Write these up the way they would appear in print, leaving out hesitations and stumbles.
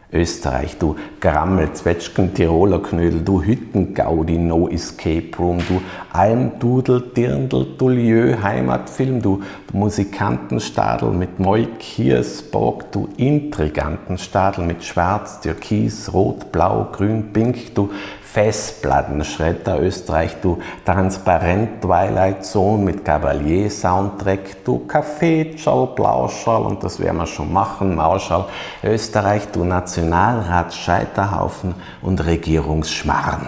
Österreich, du Grammel, Zwetschgen, Tiroler Knödel, du Hüttengaudi, No Escape Room, du Almdudel, Dirndl, Dulieu, Heimatfilm, du Musikantenstadel mit Moik, Hirsborg, du Intrigantenstadel mit Schwarz, Türkis, Rot, Blau, Grün, Pink, du Festplattenschredder Österreich, du Transparent Twilight Zone mit Cavalier Soundtrack, du Kaffeetschall, Blauschall, und das werden wir schon machen, Mauschall Österreich, du Nationalrat Scheiterhaufen und Regierungsschmarren.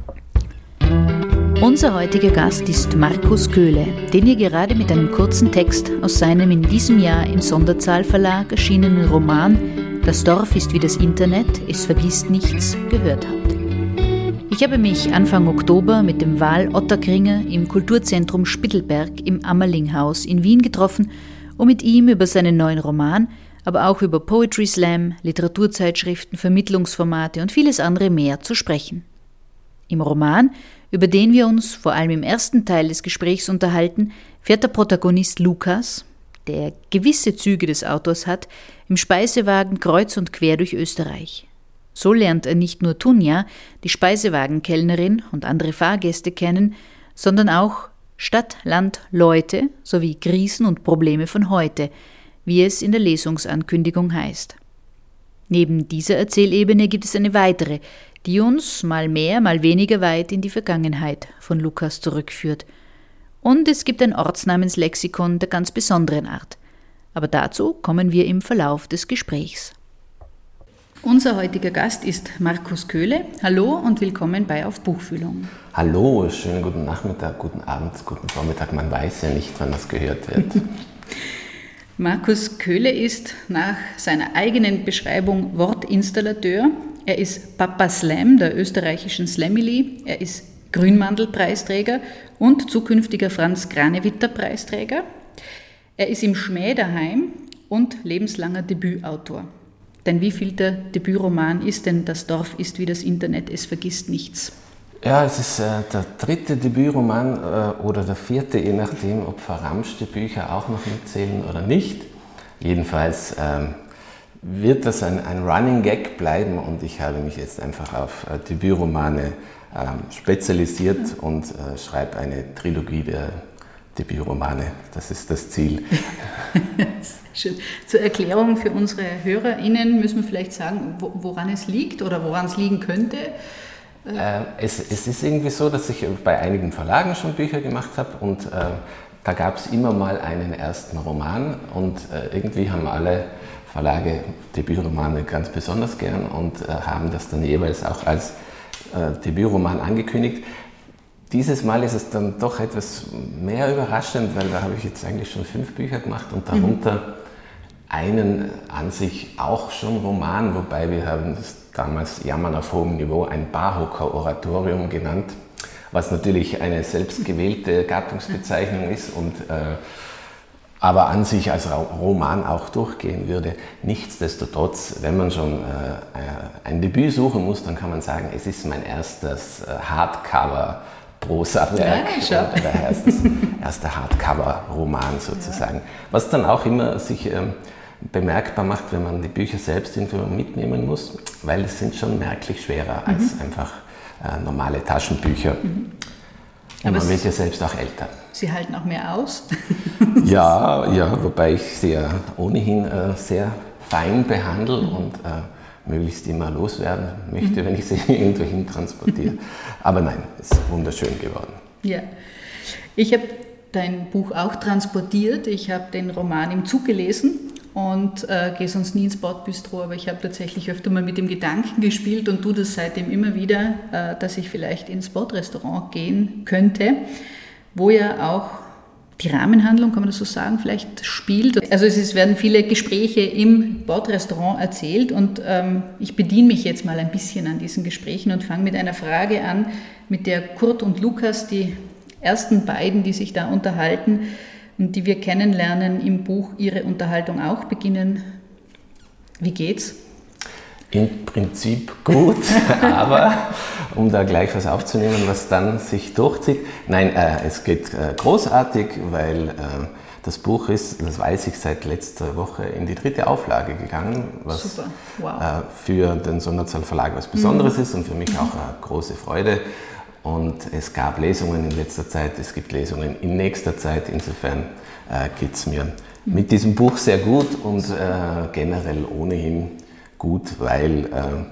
Unser heutiger Gast ist Markus Köhle, den ihr gerade mit einem kurzen Text aus seinem in diesem Jahr im Sonderzahl Verlag erschienenen Roman Das Dorf ist wie das Internet, es vergisst nichts gehört habt. Ich habe mich Anfang Oktober mit dem Val Ottakringer im Kulturzentrum Spittelberg im Ammerlinghaus in Wien getroffen, um mit ihm über seinen neuen Roman, aber auch über Poetry Slam, Literaturzeitschriften, Vermittlungsformate und vieles andere mehr zu sprechen. Im Roman, über den wir uns vor allem im ersten Teil des Gesprächs unterhalten, fährt der Protagonist Lukas, der gewisse Züge des Autors hat, im Speisewagen kreuz und quer durch Österreich. So lernt er nicht nur Tunja, die Speisewagenkellnerin, und andere Fahrgäste kennen, sondern auch Stadt, Land, Leute sowie Krisen und Probleme von heute, wie es in der Lesungsankündigung heißt. Neben dieser Erzählebene gibt es eine weitere, die uns mal mehr, mal weniger weit in die Vergangenheit von Lukas zurückführt. Und es gibt ein Ortsnamenslexikon der ganz besonderen Art. Aber dazu kommen wir im Verlauf des Gesprächs. Unser heutiger Gast ist Markus Köhle. Hallo und willkommen bei Auf Buchfühlung. Hallo, schönen guten Nachmittag, guten Abend, guten Vormittag. Man weiß ja nicht, wann das gehört wird. Markus Köhle ist nach seiner eigenen Beschreibung Wortinstallateur. Er ist Papa Slam der österreichischen Slamily. Er ist Grünmandelpreisträger und zukünftiger Franz-Kranewitter-Preisträger. Er ist im Schmäh daheim und lebenslanger Debütautor. Denn wievielter Debütroman ist denn Das Dorf ist wie das Internet, es vergisst nichts? Ja, es ist der dritte Debütroman oder der vierte, je nachdem, ob verramschte Bücher auch noch mitzählen oder nicht. Jedenfalls wird das ein Running Gag bleiben und ich habe mich jetzt einfach auf Debütromane spezialisiert und schreibe eine Trilogie der Debütromane. Das ist das Ziel. Schön. Zur Erklärung für unsere HörerInnen müssen wir vielleicht sagen, woran es liegt oder woran es liegen könnte. Es ist irgendwie so, dass ich bei einigen Verlagen schon Bücher gemacht habe und da gab es immer mal einen ersten Roman und irgendwie haben alle Verlage Debütromane ganz besonders gern und haben das dann jeweils auch als Debütroman angekündigt. Dieses Mal ist es dann doch etwas mehr überraschend, weil da habe ich jetzt eigentlich schon 5 Bücher gemacht und darunter einen an sich auch schon Roman, wobei wir haben das damals Jammern auf hohem Niveau ein Barhocker-Oratorium genannt, was natürlich eine selbstgewählte Gattungsbezeichnung ist und aber an sich als Roman auch durchgehen würde. Nichtsdestotrotz, wenn man schon ein Debüt suchen muss, dann kann man sagen, es ist mein erstes Hardcover-Prosawerk, ja, oder erster Hardcover-Roman sozusagen. Ja. Was dann auch immer sich bemerkbar macht, wenn man die Bücher selbst irgendwo mitnehmen muss, weil es sind schon merklich schwerer als einfach normale Taschenbücher. Und man wird ja selbst auch älter. Sie halten auch mehr aus? Ja, wobei ich sie ja ohnehin sehr fein behandle und möglichst immer loswerden möchte, wenn ich sie irgendwo hin transportiere. Aber nein, es ist wunderschön geworden. Ja, ich habe dein Buch auch transportiert. Ich habe den Roman im Zug gelesen und gehe sonst nie ins Bordbistro, aber ich habe tatsächlich öfter mal mit dem Gedanken gespielt und tue das seitdem immer wieder, dass ich vielleicht ins Bordrestaurant gehen könnte, wo ja auch die Rahmenhandlung, kann man das so sagen, vielleicht spielt. Also es werden viele Gespräche im Bordrestaurant erzählt und ich bediene mich jetzt mal ein bisschen an diesen Gesprächen und fange mit einer Frage an, mit der Kurt und Lukas, die ersten beiden, die sich da unterhalten und die wir kennenlernen im Buch, ihre Unterhaltung auch beginnen. Wie geht's? Im Prinzip gut, aber um da gleich was aufzunehmen, was dann sich durchzieht. Nein, es geht großartig, weil Das Buch ist, das weiß ich, seit letzter Woche in die 3. Auflage gegangen, was Super. Wow. Für den Sonderzahl Verlag was Besonderes ist und für mich auch eine große Freude. Und es gab Lesungen in letzter Zeit, es gibt Lesungen in nächster Zeit. Insofern geht es mir mit diesem Buch sehr gut und generell ohnehin gut, weil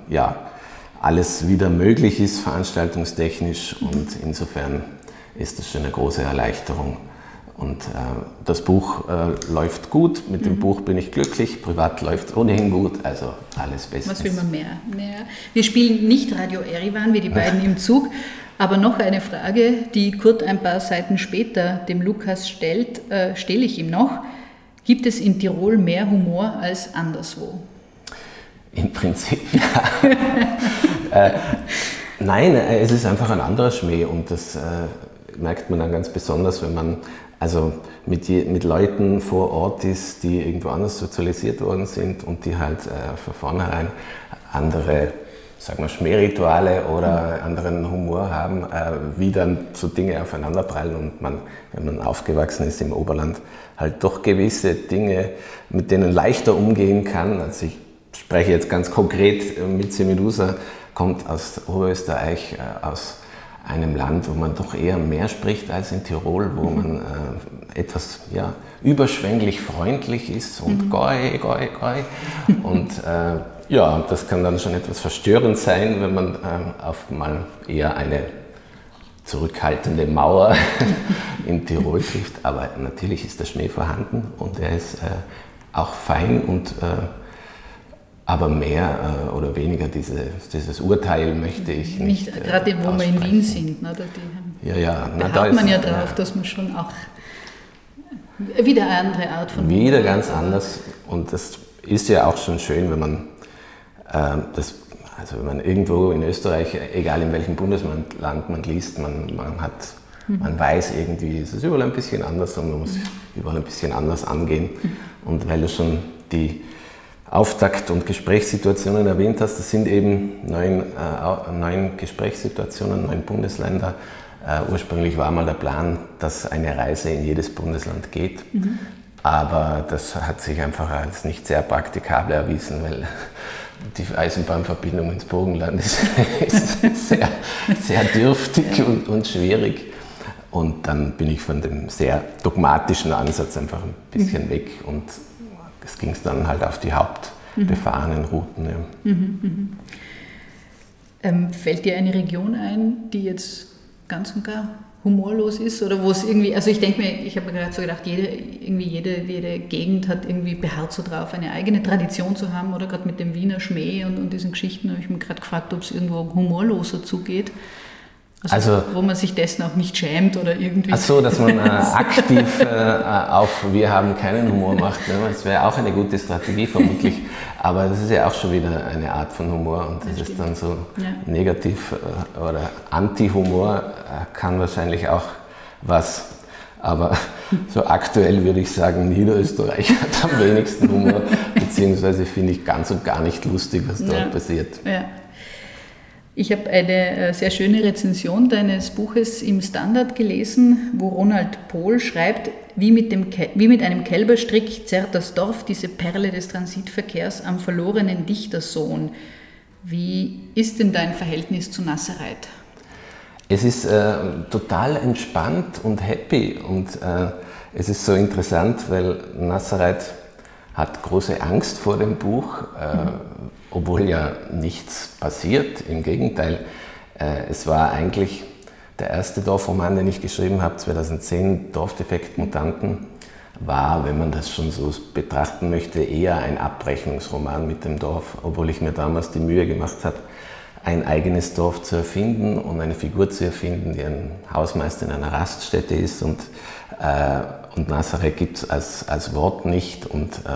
alles wieder möglich ist, veranstaltungstechnisch, und insofern ist das schon eine große Erleichterung. Und das Buch läuft gut, mit dem Buch bin ich glücklich, privat läuft es ohnehin gut, also alles bestens. Was will man mehr? Wir spielen nicht Radio Erivan wie die beiden im Zug, aber noch eine Frage, die Kurt ein paar Seiten später dem Lukas stellt, stelle ich ihm noch. Gibt es in Tirol mehr Humor als anderswo? Im Prinzip ja. Nein, es ist einfach ein anderer Schmäh, und das merkt man dann ganz besonders, wenn man also mit Leuten vor Ort ist, die irgendwo anders sozialisiert worden sind und die halt von vornherein andere, sagen wir, Schmährituale oder anderen Humor haben, wie dann so Dinge aufeinanderprallen und man, wenn man aufgewachsen ist im Oberland, halt doch gewisse Dinge, mit denen leichter umgehen kann. Also ich spreche jetzt ganz konkret, Mitzi Medusa kommt aus Oberösterreich, aus einem Land, wo man doch eher mehr spricht als in Tirol, wo man etwas überschwänglich freundlich ist und goi. Und das kann dann schon etwas verstörend sein, wenn man auf mal eher eine zurückhaltende Mauer in Tirol trifft. Aber natürlich ist der Schmäh vorhanden und er ist auch fein und aber mehr oder weniger dieses Urteil möchte ich nicht gerade wo wir in Wien sind. Oder? Da hat man ja drauf, dass man schon auch wieder eine andere Art von wieder ganz anders. Und das ist ja auch schon schön, wenn man wenn man irgendwo in Österreich, egal in welchem Bundesland man liest, man weiß irgendwie, es ist überall ein bisschen anders und man muss überall ein bisschen anders angehen. Und weil du schon die Auftakt- und Gesprächssituationen erwähnt hast, das sind eben 9 Gesprächssituationen, 9 Bundesländer. Ursprünglich war mal der Plan, dass eine Reise in jedes Bundesland geht, aber das hat sich einfach als nicht sehr praktikabel erwiesen, weil die Eisenbahnverbindung ins Burgenland ist sehr, sehr dürftig und schwierig. Und dann bin ich von dem sehr dogmatischen Ansatz einfach ein bisschen weg und es ging dann halt auf die hauptbefahrenen Routen. Ja. Fällt dir eine Region ein, die jetzt ganz und gar humorlos ist? Oder wo es irgendwie, also ich denke mir, ich habe mir gerade so gedacht, jede Gegend hat irgendwie beharrt so drauf, eine eigene Tradition zu haben, oder gerade mit dem Wiener Schmäh und diesen Geschichten habe ich mir gerade gefragt, ob es irgendwo humorloser zugeht. Also, wo man sich dessen auch nicht schämt oder irgendwie. Ach so, dass man aktiv auf wir haben keinen Humor macht. Ne? Das wäre auch eine gute Strategie vermutlich. Aber das ist ja auch schon wieder eine Art von Humor und das ist dann so negativ oder Anti-Humor kann wahrscheinlich auch was. Aber so aktuell würde ich sagen, Niederösterreich hat am wenigsten Humor, beziehungsweise finde ich ganz und gar nicht lustig, was dort passiert. Ja. Ich habe eine sehr schöne Rezension deines Buches im Standard gelesen, wo Ronald Pohl schreibt, wie mit einem Kälberstrick zerrt das Dorf diese Perle des Transitverkehrs am verlorenen Dichtersohn. Wie ist denn dein Verhältnis zu Nassereith? Es ist total entspannt und happy und es ist so interessant, weil Nassereith hat große Angst vor dem Buch, obwohl ja nichts passiert. Im Gegenteil, es war eigentlich der erste Dorfroman, den ich geschrieben habe, 2010, Dorfdefekt-Mutanten, war, wenn man das schon so betrachten möchte, eher ein Abrechnungsroman mit dem Dorf, obwohl ich mir damals die Mühe gemacht habe, ein eigenes Dorf zu erfinden und eine Figur zu erfinden, die ein Hausmeister in einer Raststätte ist und Nazareth gibt es als Wort nicht.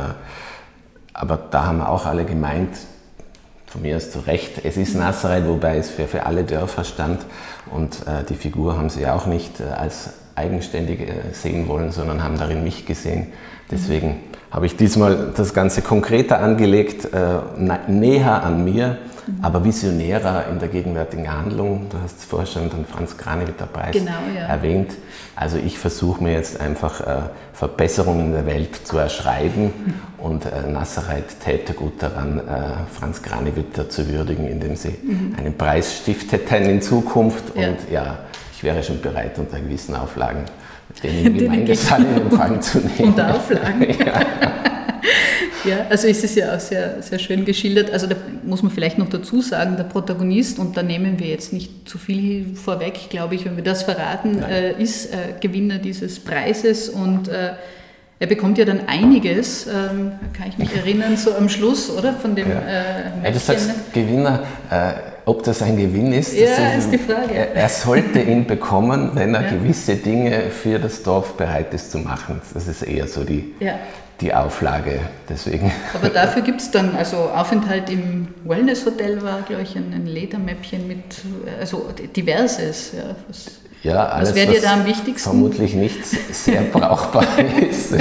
Aber da haben auch alle gemeint, von mir aus zu Recht, es ist Nazareth, wobei es für alle Dörfer stand und die Figur haben sie auch nicht als eigenständig sehen wollen, sondern haben darin mich gesehen. Deswegen habe ich diesmal das Ganze konkreter angelegt, näher an mir aber visionärer in der gegenwärtigen Handlung. Du hast vorher schon den Franz Kranevitter-Preis erwähnt. Also ich versuche mir jetzt einfach Verbesserungen in der Welt zu erschreiben und Nassereit täte gut daran, Franz Kranevitter zu würdigen, indem sie einen Preis stifteten in Zukunft. Und ich wäre schon bereit, unter gewissen Auflagen den Gemeindesaal in Empfang zu nehmen. Unter Auflagen? Ja, also es ist ja auch sehr, sehr schön geschildert. Also da muss man vielleicht noch dazu sagen, der Protagonist, und da nehmen wir jetzt nicht zu viel vorweg, glaube ich, wenn wir das verraten, ist Gewinner dieses Preises und er bekommt ja dann einiges, kann ich mich erinnern, so am Schluss, oder? Von dem Du sagst Gewinner, ob das ein Gewinn ist? Ist die Frage. Er sollte ihn bekommen, wenn er gewisse Dinge für das Dorf bereit ist zu machen. Das ist eher so die Auflage, deswegen. Aber dafür gibt es dann, also Aufenthalt im Wellness-Hotel war, glaube ich, ein Ledermäppchen mit, also diverses. Alles, was wäre dir da am wichtigsten? Vermutlich nichts sehr brauchbar ist.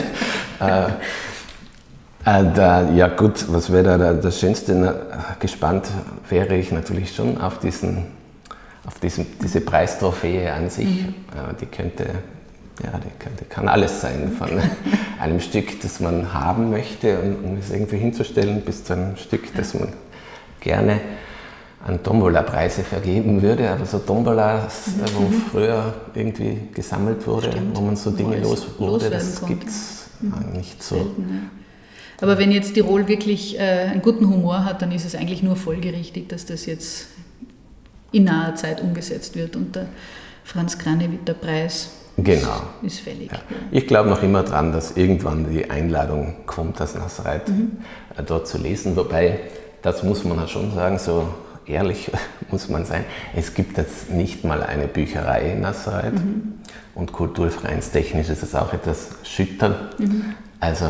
Gut, was wäre da das Schönste? Gespannt wäre ich natürlich schon auf diese Preistrophäe an sich. Die kann alles sein, von einem Stück, das man haben möchte, um es irgendwie hinzustellen, bis zu einem Stück, das man gerne an Tombola-Preise vergeben würde. Aber so Tombolas, wo früher irgendwie gesammelt wurde, wo man so Dinge los wurde, das gibt es nicht so. Selten, Aber wenn jetzt Tirol wirklich einen guten Humor hat, dann ist es eigentlich nur folgerichtig, dass das jetzt in naher Zeit umgesetzt wird und der Franz Kranevitter-Preis ist fällig. Ja. Ich glaube noch immer dran, dass irgendwann die Einladung kommt, das Nassereit dort zu lesen. Wobei, das muss man ja schon sagen, so ehrlich muss man sein, es gibt jetzt nicht mal eine Bücherei in Nassereit und kulturvereinstechnisch ist es auch etwas schüchtern. Also,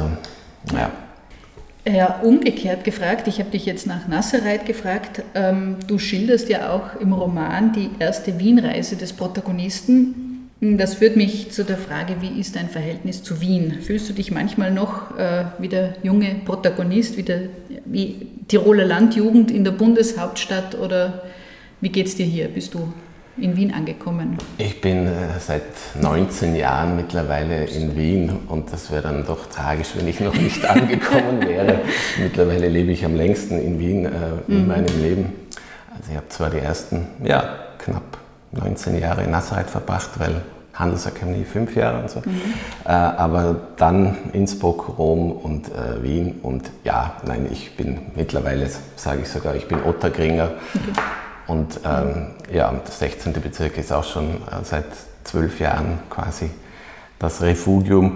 Ja, umgekehrt gefragt, ich habe dich jetzt nach Nassereit gefragt, du schilderst ja auch im Roman die erste Wienreise des Protagonisten. Das führt mich zu der Frage, wie ist dein Verhältnis zu Wien? Fühlst du dich manchmal noch wie der junge Protagonist, wie Tiroler Landjugend in der Bundeshauptstadt oder wie geht es dir hier? Bist du in Wien angekommen? Ich bin seit 19 Jahren mittlerweile in Wien und das wäre dann doch tragisch, wenn ich noch nicht angekommen wäre. Mittlerweile lebe ich am längsten in Wien in meinem Leben. Also ich habe zwar die ersten, knapp 19 Jahre in Nassereit verbracht, weil Handelsakademie 5 Jahre und so. Aber dann Innsbruck, Rom und Wien und ich bin mittlerweile, sage ich sogar, ich bin Otterkringer. Okay. Und der 16. Bezirk ist auch schon seit 12 Jahren quasi das Refugium.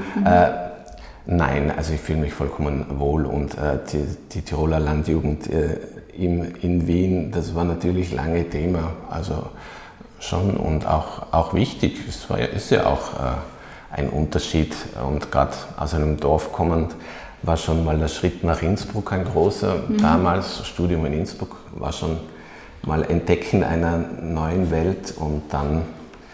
Nein, also ich fühle mich vollkommen wohl und die Tiroler Landjugend in Wien, das war natürlich lange Thema, also schon und auch wichtig. Ist ja auch ein Unterschied und gerade aus einem Dorf kommend war schon mal der Schritt nach Innsbruck ein großer. Damals, Studium in Innsbruck, war schon mal Entdecken einer neuen Welt und dann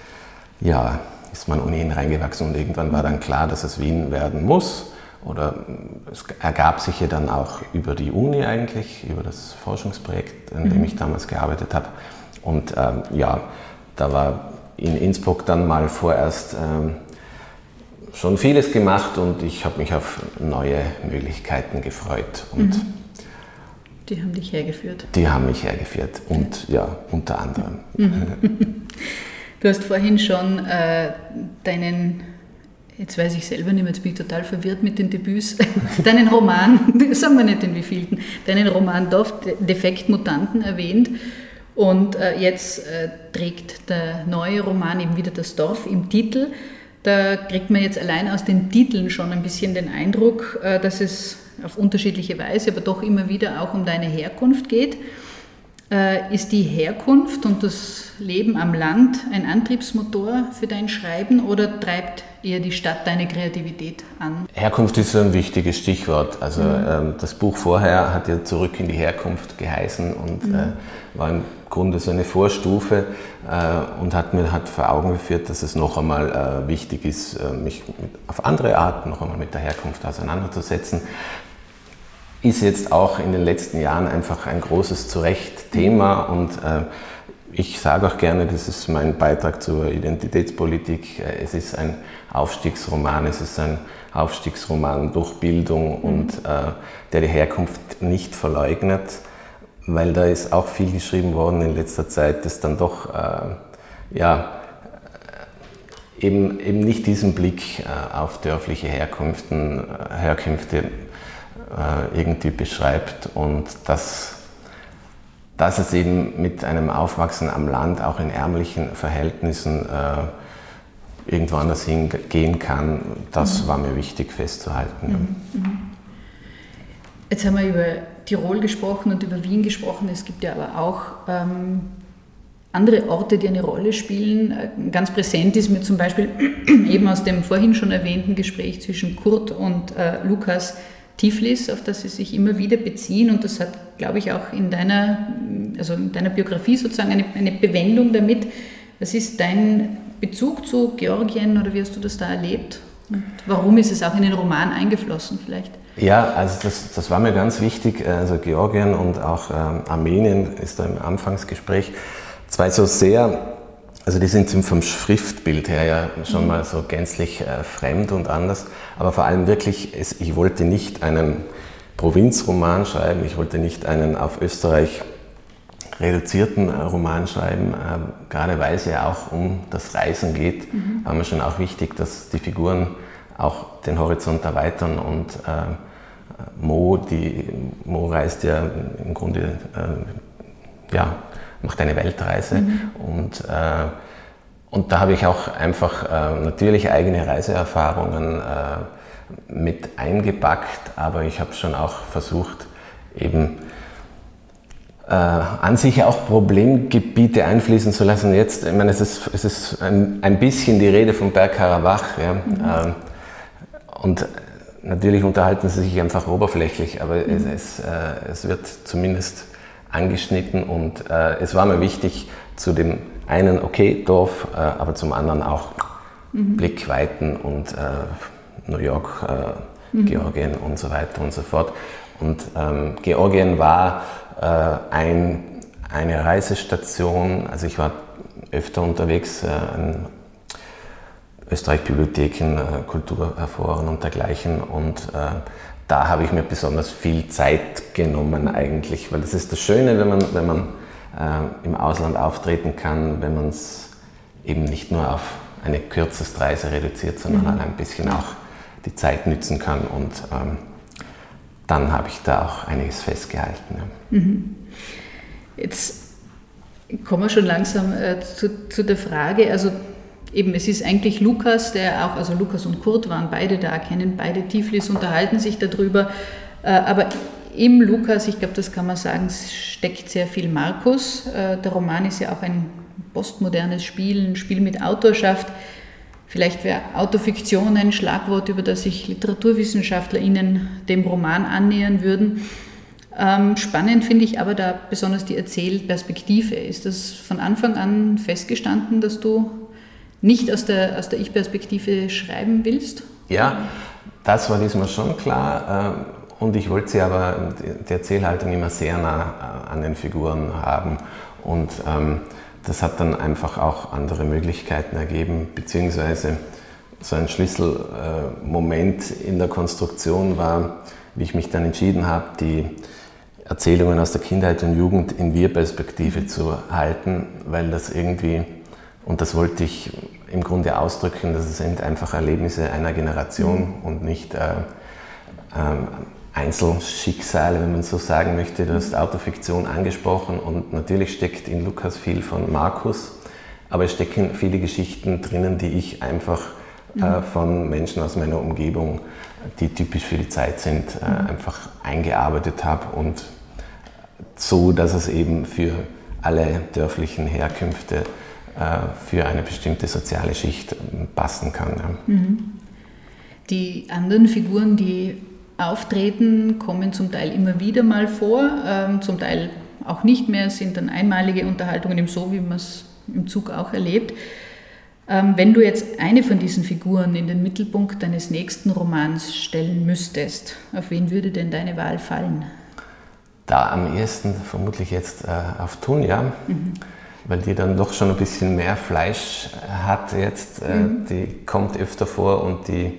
ist man ohnehin reingewachsen und irgendwann war dann klar, dass es Wien werden muss. Oder es ergab sich ja dann auch über die Uni eigentlich, über das Forschungsprojekt, an dem ich damals gearbeitet habe. Und da war in Innsbruck dann mal vorerst schon vieles gemacht und ich habe mich auf neue Möglichkeiten gefreut. Und die haben dich hergeführt? Die haben mich hergeführt und unter anderem. Du hast vorhin schon deinen, jetzt weiß ich selber nicht mehr, jetzt bin ich total verwirrt mit den Debüts, deinen Roman, sagen wir nicht in wievielten, deinen Roman Dorf, Defekt Mutanten erwähnt. Und jetzt trägt der neue Roman eben wieder das Dorf im Titel. Da kriegt man jetzt allein aus den Titeln schon ein bisschen den Eindruck, dass es auf unterschiedliche Weise, aber doch immer wieder auch um deine Herkunft geht. Ist die Herkunft und das Leben am Land ein Antriebsmotor für dein Schreiben oder treibt eher die Stadt deine Kreativität an? Herkunft ist ein wichtiges Stichwort. Also das Buch vorher hat ja Zurück in die Herkunft geheißen und war im Grunde so eine Vorstufe und hat mir vor Augen geführt, dass es noch einmal wichtig ist, mich auf andere Art noch einmal mit der Herkunft auseinanderzusetzen. ist jetzt auch in den letzten Jahren einfach ein großes Thema und ich sage auch gerne, das ist mein Beitrag zur Identitätspolitik. Es ist ein Aufstiegsroman, durch Bildung und der die Herkunft nicht verleugnet, weil da ist auch viel geschrieben worden in letzter Zeit, das dann doch eben nicht diesen Blick auf dörfliche Herkünfte irgendwie beschreibt und dass es eben mit einem Aufwachsen am Land, auch in ärmlichen Verhältnissen, irgendwo anders hingehen kann, das war mir wichtig festzuhalten. Jetzt haben wir über Tirol gesprochen und über Wien gesprochen. Es gibt ja aber auch andere Orte, die eine Rolle spielen. Ganz präsent ist mir zum Beispiel eben aus dem vorhin schon erwähnten Gespräch zwischen Kurt und Lukas Tiflis, auf das sie sich immer wieder beziehen. Und das hat, glaube ich, auch in deiner Biografie sozusagen eine Bewendung damit. Was ist dein Bezug zu Georgien oder wie hast du das da erlebt? Und warum ist es auch in den Roman eingeflossen vielleicht? Ja, also das war mir ganz wichtig. Also Georgien und auch Armenien ist da im Anfangsgespräch zwei so sehr, also die sind vom Schriftbild her ja schon mal so gänzlich fremd und anders, aber vor allem wirklich, ich wollte nicht einen Provinzroman schreiben, ich wollte nicht einen auf Österreich reduzierten Roman schreiben, gerade weil es ja auch um das Reisen geht, war mir schon auch wichtig, dass die Figuren auch den Horizont erweitern und Mo reist ja im Grunde, macht eine Weltreise und da habe ich auch einfach natürlich eigene Reiseerfahrungen mit eingepackt, aber ich habe schon auch versucht, eben an sich auch Problemgebiete einfließen zu lassen. Jetzt, ich meine, es ist ein bisschen die Rede von Bergkarabach, ja, und natürlich unterhalten sie sich einfach oberflächlich, aber es wird zumindest angeschnitten und es war mir wichtig, zu dem einen, Dorf, aber zum anderen auch Blickweiten und New York, Georgien und so weiter und so fort. Und Georgien war eine Reisestation, also ich war öfter unterwegs an Österreich-Bibliotheken, Kulturforen und dergleichen und da habe ich mir besonders viel Zeit genommen eigentlich, weil das ist das Schöne, wenn man im Ausland auftreten kann, wenn man es eben nicht nur auf eine kürzeste Reise reduziert, sondern ein bisschen auch die Zeit nützen kann und dann habe ich da auch einiges festgehalten. Ja. Jetzt kommen wir schon langsam zu der Frage, also eben es ist eigentlich Lukas, also Lukas und Kurt waren beide da, kennen beide Tiflis, unterhalten sich darüber, aber im Lukas, ich glaube, das kann man sagen, steckt sehr viel Markus. Der Roman ist ja auch ein postmodernes Spiel, ein Spiel mit Autorschaft. Vielleicht wäre Autofiktion ein Schlagwort, über das sich LiteraturwissenschaftlerInnen dem Roman annähern würden. Spannend finde ich aber da besonders die Erzählperspektive. Ist das von Anfang an festgestanden, dass du nicht aus der Ich-Perspektive schreiben willst? Ja, das war diesmal schon klar. Und ich wollte sie aber, die Erzählhaltung immer sehr nah an den Figuren haben. Und das hat dann einfach auch andere Möglichkeiten ergeben, beziehungsweise so ein Schlüsselmoment in der Konstruktion war, wie ich mich dann entschieden habe, die Erzählungen aus der Kindheit und Jugend in Wir-Perspektive zu halten, weil das irgendwie, und das wollte ich im Grunde ausdrücken, das sind einfach Erlebnisse einer Generation und nicht Einzelschicksale, wenn man so sagen möchte. Du hast Autofiktion angesprochen und natürlich steckt in Lukas viel von Markus, aber es stecken viele Geschichten drinnen, die ich einfach von Menschen aus meiner Umgebung, die typisch für die Zeit sind, einfach eingearbeitet habe und so, dass es eben für alle dörflichen Herkünfte für eine bestimmte soziale Schicht passen kann. Ja. Die anderen Figuren, die auftreten, kommen zum Teil immer wieder mal vor, zum Teil auch nicht mehr, sind dann einmalige Unterhaltungen, so wie man es im Zug auch erlebt. Wenn du jetzt eine von diesen Figuren in den Mittelpunkt deines nächsten Romans stellen müsstest, auf wen würde denn deine Wahl fallen? Da am ehesten vermutlich jetzt auf Tunja, weil die dann doch schon ein bisschen mehr Fleisch hat jetzt. Die kommt öfter vor und die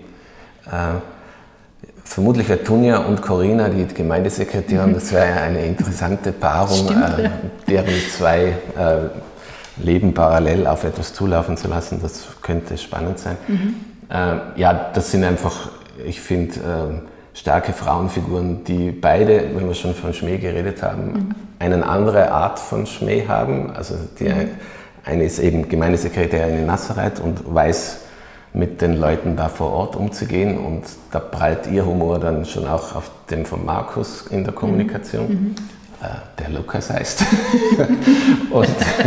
vermutlich wäre Tunja und Corinna, die Gemeindesekretärin, das wäre eine interessante Paarung, deren zwei Leben parallel auf etwas zulaufen zu lassen, das könnte spannend sein. Ja, das sind einfach, ich finde, starke Frauenfiguren, die beide, wenn wir schon von Schmäh geredet haben, eine andere Art von Schmäh haben. Also eine ist eben Gemeindesekretärin in Nazareth und weiß mit den Leuten da vor Ort umzugehen, und da prallt ihr Humor dann schon auch auf dem von Markus in der Kommunikation, der Lukas heißt. und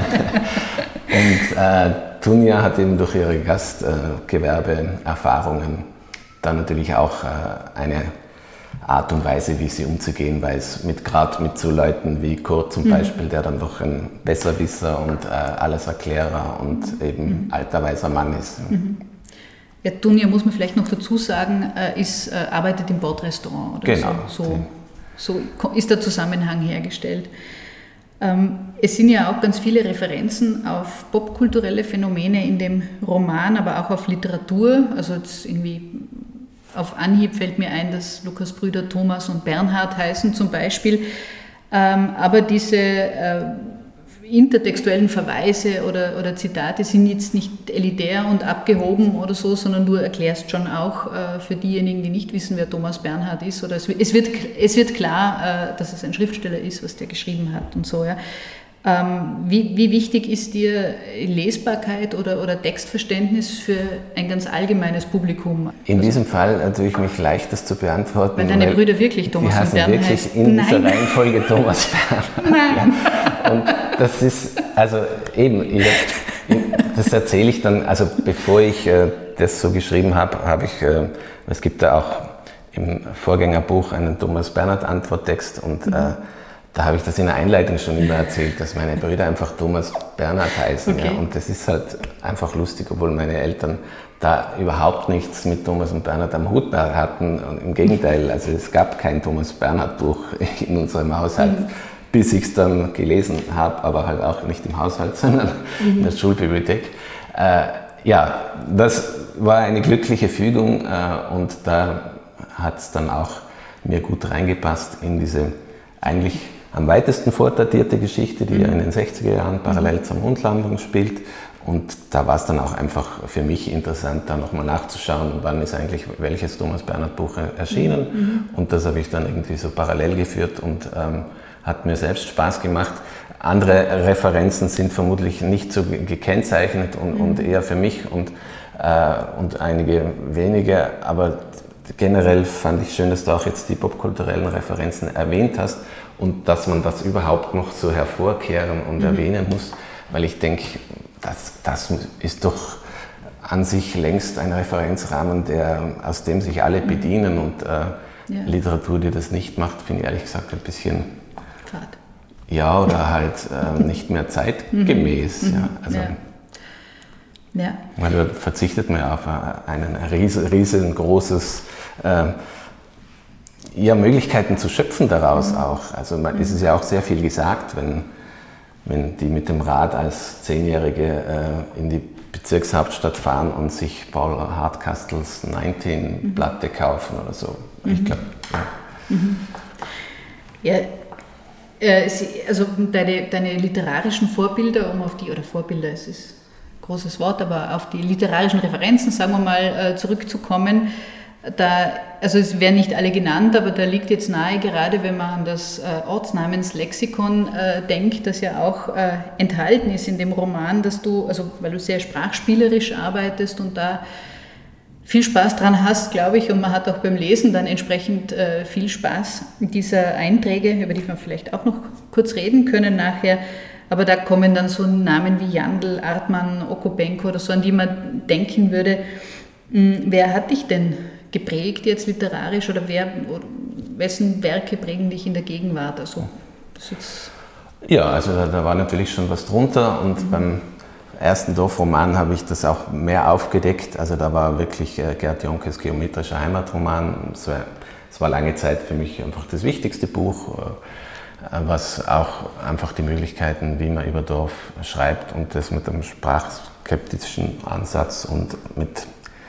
Tunja hat eben durch ihre Gastgewerbeerfahrungen dann natürlich auch eine Art und Weise, wie sie umzugehen weiß, gerade mit so Leuten wie Kurt zum Beispiel, der dann doch ein Besserwisser und Alleserklärer und eben alter weiser Mann ist. Ja, Tunja, muss man vielleicht noch dazu sagen, arbeitet im Bordrestaurant oder genau. So ist der Zusammenhang hergestellt. Es sind ja auch ganz viele Referenzen auf popkulturelle Phänomene in dem Roman, aber auch auf Literatur. Also jetzt irgendwie auf Anhieb fällt mir ein, dass Lukas Brüder Thomas und Bernhard heißen zum Beispiel. Aber diese intertextuellen Verweise oder Zitate sind jetzt nicht elitär und abgehoben oder so, sondern du erklärst schon auch für diejenigen, die nicht wissen, wer Thomas Bernhard ist, oder es wird klar, dass es ein Schriftsteller ist, was der geschrieben hat und so. Ja. Wie wichtig ist dir Lesbarkeit oder Textverständnis für ein ganz allgemeines Publikum? In diesem Fall natürlich mich leicht, das zu beantworten. Weil deine Brüder wirklich Thomas und Bernhard heißen. Wirklich in dieser Reihenfolge Thomas Bernhard. Nein. Ja. Und das ist, also eben, das erzähle ich dann, also bevor ich das so geschrieben habe, es gibt da auch im Vorgängerbuch einen Thomas Bernhard Antworttext, und da habe ich das in der Einleitung schon immer erzählt, dass meine Brüder einfach Thomas Bernhard heißen. Okay. Ja, und das ist halt einfach lustig, obwohl meine Eltern da überhaupt nichts mit Thomas und Bernhard am Hut hatten. Und im Gegenteil, also es gab kein Thomas Bernhard Buch in unserem Haushalt, bis ich es dann gelesen habe, aber halt auch nicht im Haushalt, sondern in der Schulbibliothek. Ja, das war eine glückliche Fügung, und da hat es dann auch mir gut reingepasst in diese eigentlich am weitesten vordatierte Geschichte, die ja in den 60er Jahren parallel zur Mondlandung spielt. Und da war es dann auch einfach für mich interessant, da nochmal nachzuschauen, wann ist eigentlich welches Thomas Bernhard Buch erschienen. Und das habe ich dann irgendwie so parallel geführt und hat mir selbst Spaß gemacht. Andere Referenzen sind vermutlich nicht so gekennzeichnet und eher für mich und einige wenige, aber generell fand ich schön, dass du auch jetzt die popkulturellen Referenzen erwähnt hast und dass man das überhaupt noch so hervorkehren und erwähnen muss, weil ich denke, das ist doch an sich längst ein Referenzrahmen, aus dem sich alle bedienen, und Literatur, die das nicht macht, finde ich ehrlich gesagt ein bisschen Fad. Ja, oder halt nicht mehr zeitgemäß. Ja, also, ja. Weil da verzichtet man ja auf ein riesengroßes Möglichkeiten zu schöpfen daraus auch. Also es ist ja auch sehr viel gesagt, wenn die mit dem Rad als Zehnjährige in die Bezirkshauptstadt fahren und sich Paul Hardcastles 19-Platte kaufen oder so. Ich glaube, ja. Also deine literarischen Vorbilder, Vorbilder, es ist ein großes Wort, aber auf die literarischen Referenzen, sagen wir mal, zurückzukommen, also es werden nicht alle genannt, aber da liegt jetzt nahe, gerade wenn man an das Ortsnamenslexikon denkt, das ja auch enthalten ist in dem Roman, dass du, also weil du sehr sprachspielerisch arbeitest und da viel Spaß dran hast, glaube ich, und man hat auch beim Lesen dann entsprechend viel Spaß mit dieser Einträge, über die wir vielleicht auch noch kurz reden können nachher, aber da kommen dann so Namen wie Jandl, Artmann, Okobenko oder so, an die man denken würde, wer hat dich denn geprägt jetzt literarisch oder wessen Werke prägen dich in der Gegenwart? Also, ja, also da war natürlich schon was drunter, und beim ersten Dorfroman habe ich das auch mehr aufgedeckt. Also da war wirklich Gerd Jonkes Geometrischer Heimatroman. Es war lange Zeit für mich einfach das wichtigste Buch, was auch einfach die Möglichkeiten, wie man über Dorf schreibt und das mit einem sprachskeptischen Ansatz und mit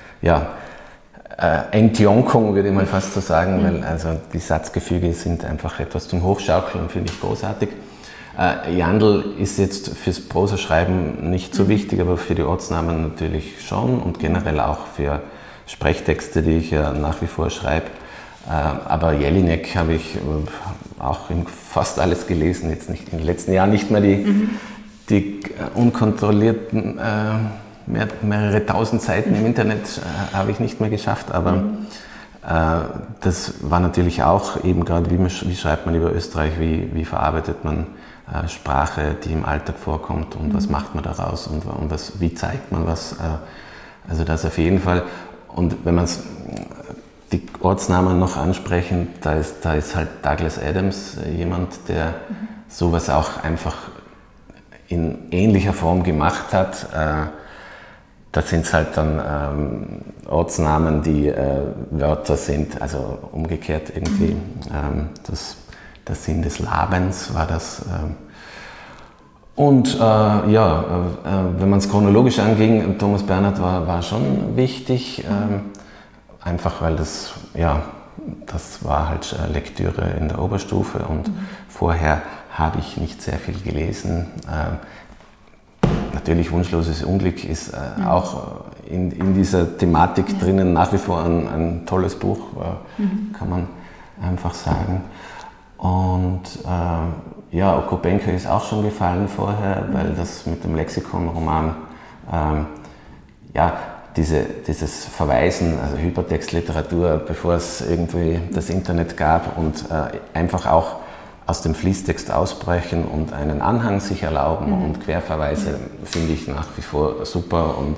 Entjonkung, würde ich mal fast so sagen, weil also die Satzgefüge sind einfach etwas zum Hochschaukeln, finde ich großartig. Jandl ist jetzt fürs Prosaschreiben nicht so wichtig, aber für die Ortsnamen natürlich schon und generell auch für Sprechtexte, die ich ja nach wie vor schreibe. Aber Jelinek habe ich auch in fast alles gelesen, jetzt nicht in den letzten Jahren nicht mehr die unkontrollierten mehrere tausend Seiten im Internet habe ich nicht mehr geschafft, aber das war natürlich auch eben gerade, wie schreibt man über Österreich, wie verarbeitet man Sprache, die im Alltag vorkommt und was macht man daraus und wie zeigt man was. Also das auf jeden Fall. Und wenn man die Ortsnamen noch ansprechen, da ist halt Douglas Adams jemand, der sowas auch einfach in ähnlicher Form gemacht hat. Da sind es halt dann Ortsnamen, die Wörter sind, also umgekehrt irgendwie. Der Sinn des Labens war das. Und wenn man es chronologisch anging, Thomas Bernhard war schon wichtig, einfach weil das war halt Lektüre in der Oberstufe und vorher habe ich nicht sehr viel gelesen. Natürlich Wunschloses Unglück ist auch in dieser Thematik drinnen nach wie vor ein tolles Buch, kann man einfach sagen. Und Okopenko ist auch schon gefallen vorher, weil das mit dem Lexikon-Roman, dieses Verweisen, also Hypertextliteratur, bevor es irgendwie das Internet gab und einfach auch aus dem Fließtext ausbrechen und einen Anhang sich erlauben und Querverweise finde ich nach wie vor super und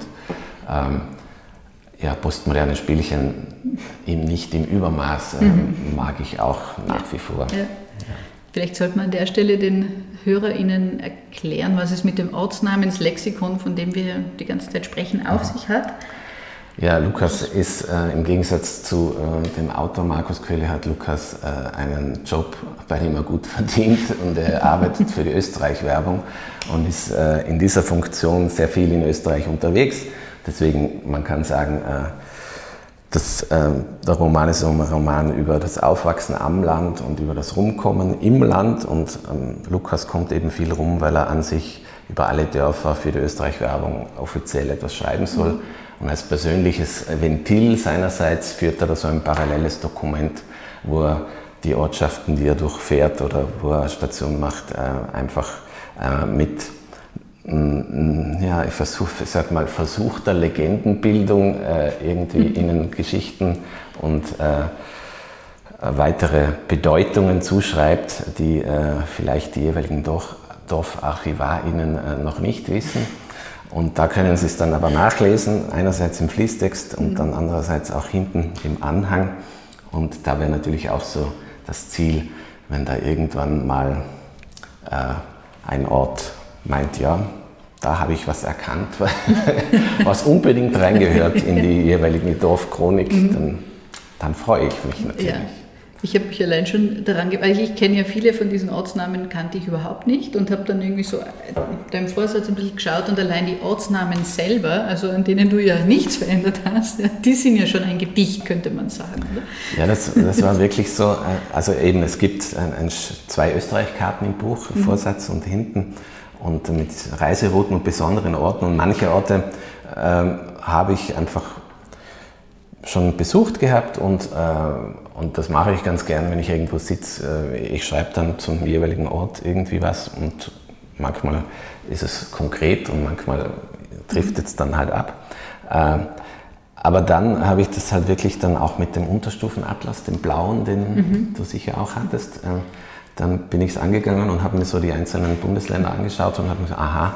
postmoderne Spielchen nicht im Übermaß mag ich auch nach wie vor. Ja. Vielleicht sollte man an der Stelle den HörerInnen erklären, was es mit dem Ortsnamenslexikon, von dem wir die ganze Zeit sprechen, auf sich hat. Ja, Lukas ist im Gegensatz zu dem Autor Markus Köhle hat Lukas einen Job, bei dem er gut verdient und er arbeitet für die Österreich-Werbung und ist in dieser Funktion sehr viel in Österreich unterwegs. Deswegen, man kann sagen, der Roman ist ein Roman über das Aufwachsen am Land und über das Rumkommen im Land und Lukas kommt eben viel rum, weil er an sich über alle Dörfer für die Österreich-Werbung offiziell etwas schreiben soll. Und als persönliches Ventil seinerseits führt er da so ein paralleles Dokument, wo er die Ortschaften, die er durchfährt oder wo er Station macht, einfach mit versuchter Legendenbildung irgendwie ihnen Geschichten und weitere Bedeutungen zuschreibt, die vielleicht die jeweiligen DorfarchivarInnen noch nicht wissen. Und da können Sie es dann aber nachlesen, einerseits im Fließtext und dann andererseits auch hinten im Anhang. Und da wäre natürlich auch so das Ziel, wenn da irgendwann mal ein Ort meint, ja, da habe ich was erkannt, was unbedingt reingehört in die jeweilige Dorfchronik, dann freue ich mich natürlich. Ja. Ich habe mich allein schon daran gewöhnt, ich kenne ja viele von diesen Ortsnamen, kannte ich überhaupt nicht und habe dann irgendwie so deinem Vorsatz ein bisschen geschaut und allein die Ortsnamen selber, also an denen du ja nichts verändert hast, die sind ja schon ein Gedicht, könnte man sagen, oder? Ja, das war wirklich so, also eben es gibt 2 Österreich-Karten im Buch, Vorsatz und hinten und mit Reiserouten und besonderen Orten und manche Orte habe ich einfach schon besucht gehabt und das mache ich ganz gern, wenn ich irgendwo sitze. Ich schreibe dann zum jeweiligen Ort irgendwie was und manchmal ist es konkret und manchmal trifft es dann halt ab. Aber dann habe ich das halt wirklich dann auch mit dem Unterstufenatlas, dem blauen, den du sicher auch hattest, dann bin ich es angegangen und habe mir so die einzelnen Bundesländer angeschaut und habe mir gesagt, aha,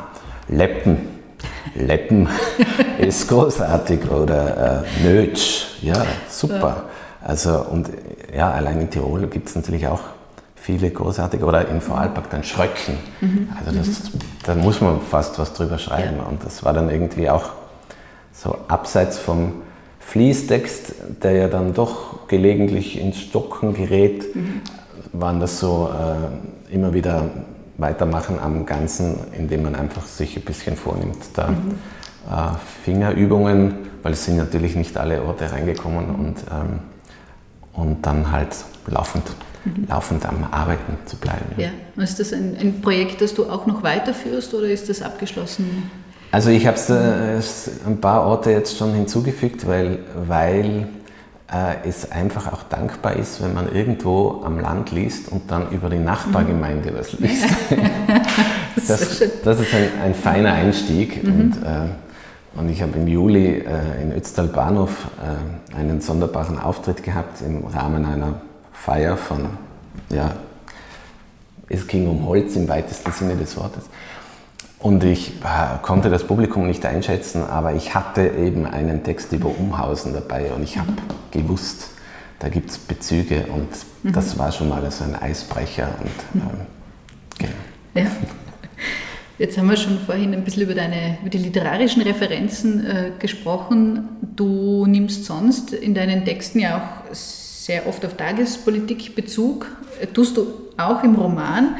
Leppen ist großartig oder Nötsch, ja, super. Also und ja, allein in Tirol gibt es natürlich auch viele großartige, oder in Vorarlberg dann Schröcken. Also da muss man fast was drüber schreiben. Ja. Und das war dann irgendwie auch so abseits vom Fließtext, der ja dann doch gelegentlich ins Stocken gerät, waren das so immer wieder weitermachen am Ganzen, indem man einfach sich ein bisschen vornimmt. Da Fingerübungen, weil es sind natürlich nicht alle Orte reingekommen und dann halt laufend am Arbeiten zu bleiben. Ja. Ist das ein Projekt, das du auch noch weiterführst oder ist das abgeschlossen? Also ich habe ein paar Orte jetzt schon hinzugefügt, weil es einfach auch dankbar ist, wenn man irgendwo am Land liest und dann über die Nachbargemeinde was liest. Das ist ein feiner Einstieg. Und ich habe im Juli in Ötztal Bahnhof einen sonderbaren Auftritt gehabt im Rahmen einer Feier es ging um Holz im weitesten Sinne des Wortes. Und ich konnte das Publikum nicht einschätzen, aber ich hatte eben einen Text über Umhausen dabei und ich habe gewusst, da gibt es Bezüge und das war schon mal so ein Eisbrecher. Und, genau. Ja. Jetzt haben wir schon vorhin ein bisschen über die literarischen Referenzen gesprochen. Du nimmst sonst in deinen Texten ja auch sehr oft auf Tagespolitik Bezug. Tust du auch im Roman.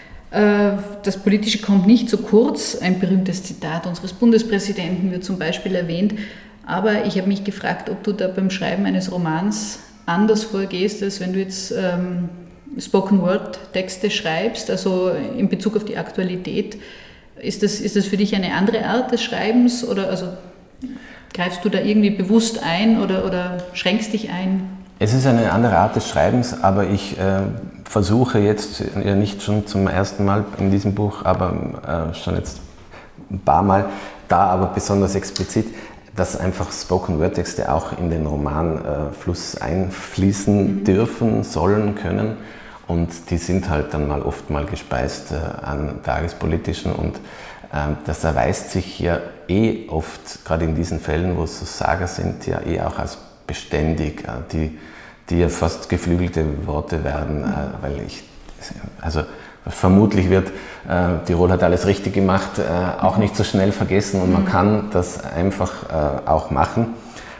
Das Politische kommt nicht zu kurz. Ein berühmtes Zitat unseres Bundespräsidenten wird zum Beispiel erwähnt. Aber ich habe mich gefragt, ob du da beim Schreiben eines Romans anders vorgehst, als wenn du jetzt Spoken-Word-Texte schreibst, also in Bezug auf die Aktualität. Ist das für dich eine andere Art des Schreibens oder also greifst du da irgendwie bewusst ein oder schränkst dich ein? Es ist eine andere Art des Schreibens, aber ich versuche jetzt, ja nicht schon zum ersten Mal in diesem Buch, aber schon jetzt ein paar Mal, da aber besonders explizit, dass einfach Spoken-Word-Texte auch in den Romanfluss einfließen dürfen, sollen, können. Und die sind halt dann oft mal gespeist an tagespolitischen und das erweist sich ja oft, gerade in diesen Fällen, wo es so Sager sind, ja auch als beständig, die ja fast geflügelte Worte werden, weil vermutlich wird Tirol hat alles richtig gemacht, auch nicht so schnell vergessen und man kann das einfach auch machen.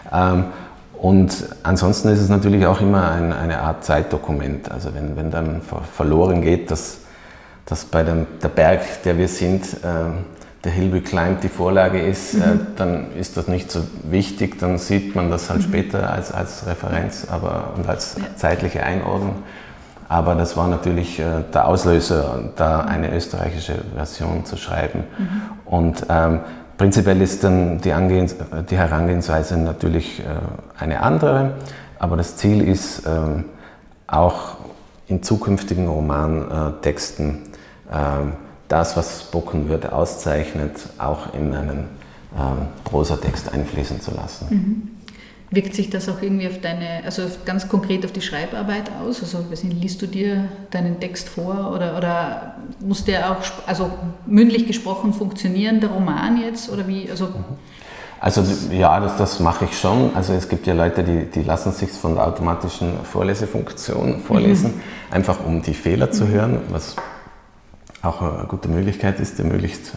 Und ansonsten ist es natürlich auch immer eine Art Zeitdokument. Also wenn dann verloren geht, dass bei der Berg, der wir sind, der Hill We Climbed die Vorlage ist, dann ist das nicht so wichtig, dann sieht man das halt später als Referenz und als zeitliche Einordnung. Aber das war natürlich der Auslöser, da eine österreichische Version zu schreiben. Und prinzipiell ist dann die Herangehensweise natürlich eine andere, aber das Ziel ist auch in zukünftigen Romantexten das, was Spoken Word auszeichnet, auch in einen Prosatext einfließen zu lassen. Wirkt sich das auch irgendwie auf ganz konkret auf die Schreibarbeit aus? Also liest du dir deinen Text vor oder muss der auch, also mündlich gesprochen funktionieren, der Roman jetzt oder wie? Also ja, das mache ich schon. Also es gibt ja Leute, die lassen sich von der automatischen Vorlesefunktion vorlesen, einfach um die Fehler zu hören, was auch eine gute Möglichkeit ist, die möglichst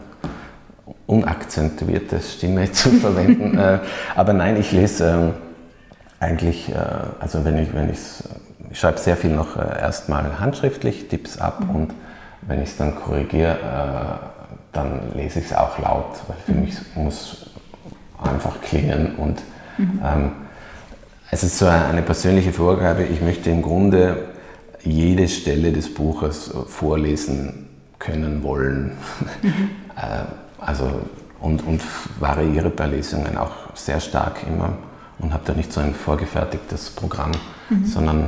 unakzentuierte Stimme zu verwenden. Aber nein, ich lese eigentlich, also ich schreibe sehr viel noch erstmal handschriftlich, tipp's ab und wenn ich es dann korrigiere, dann lese ich es auch laut, weil für mich muss einfach klingen und es ist so eine persönliche Vorgabe, ich möchte im Grunde jede Stelle des Buches vorlesen können wollen. Und variiere bei Lesungen auch sehr stark immer und habe da nicht so ein vorgefertigtes Programm, sondern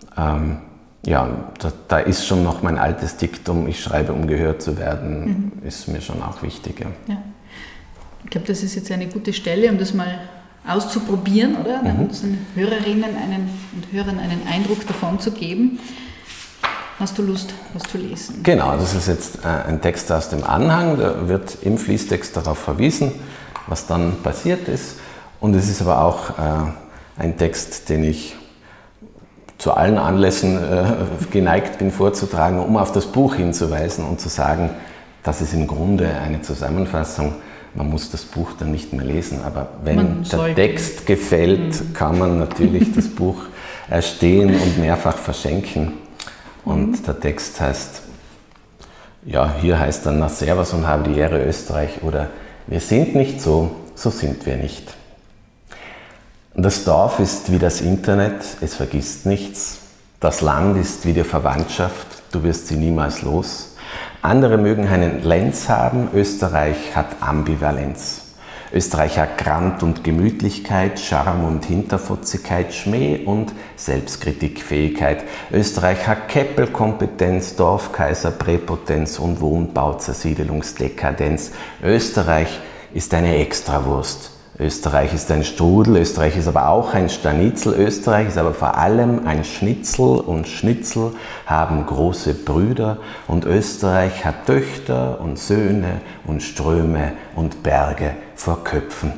da ist schon noch mein altes Diktum, ich schreibe, um gehört zu werden, ist mir schon auch wichtig. Ja. Ich glaube, das ist jetzt eine gute Stelle, um das mal auszuprobieren, oder? Den Hörerinnen und Hörern einen Eindruck davon zu geben. Hast du Lust, was zu lesen? Genau, das ist jetzt ein Text aus dem Anhang, da wird im Fließtext darauf verwiesen, was dann passiert ist. Und es ist aber auch ein Text, den ich zu allen Anlässen geneigt bin vorzutragen, um auf das Buch hinzuweisen und zu sagen, das ist im Grunde eine Zusammenfassung. Man muss das Buch dann nicht mehr lesen, aber wenn der Text gefällt, kann man natürlich das Buch erstehen und mehrfach verschenken. Und der Text heißt, ja, hier heißt dann, na servus und habe die Ehre Österreich, oder wir sind nicht so, so sind wir nicht. Das Dorf ist wie das Internet, es vergisst nichts. Das Land ist wie die Verwandtschaft, du wirst sie niemals los. Andere mögen einen Lenz haben, Österreich hat Ambivalenz. Österreich hat Grand und Gemütlichkeit, Charme und Hinterfotzigkeit, Schmäh und Selbstkritikfähigkeit. Österreich hat Keppelkompetenz, Dorfkaiserpräpotenz und Wohnbauzersiedelungsdekadenz. Österreich ist eine Extrawurst. Österreich ist ein Strudel, Österreich ist aber auch ein Stanitzel, Österreich ist aber vor allem ein Schnitzel, und Schnitzel haben große Brüder, und Österreich hat Töchter und Söhne und Ströme und Berge vor Köpfen.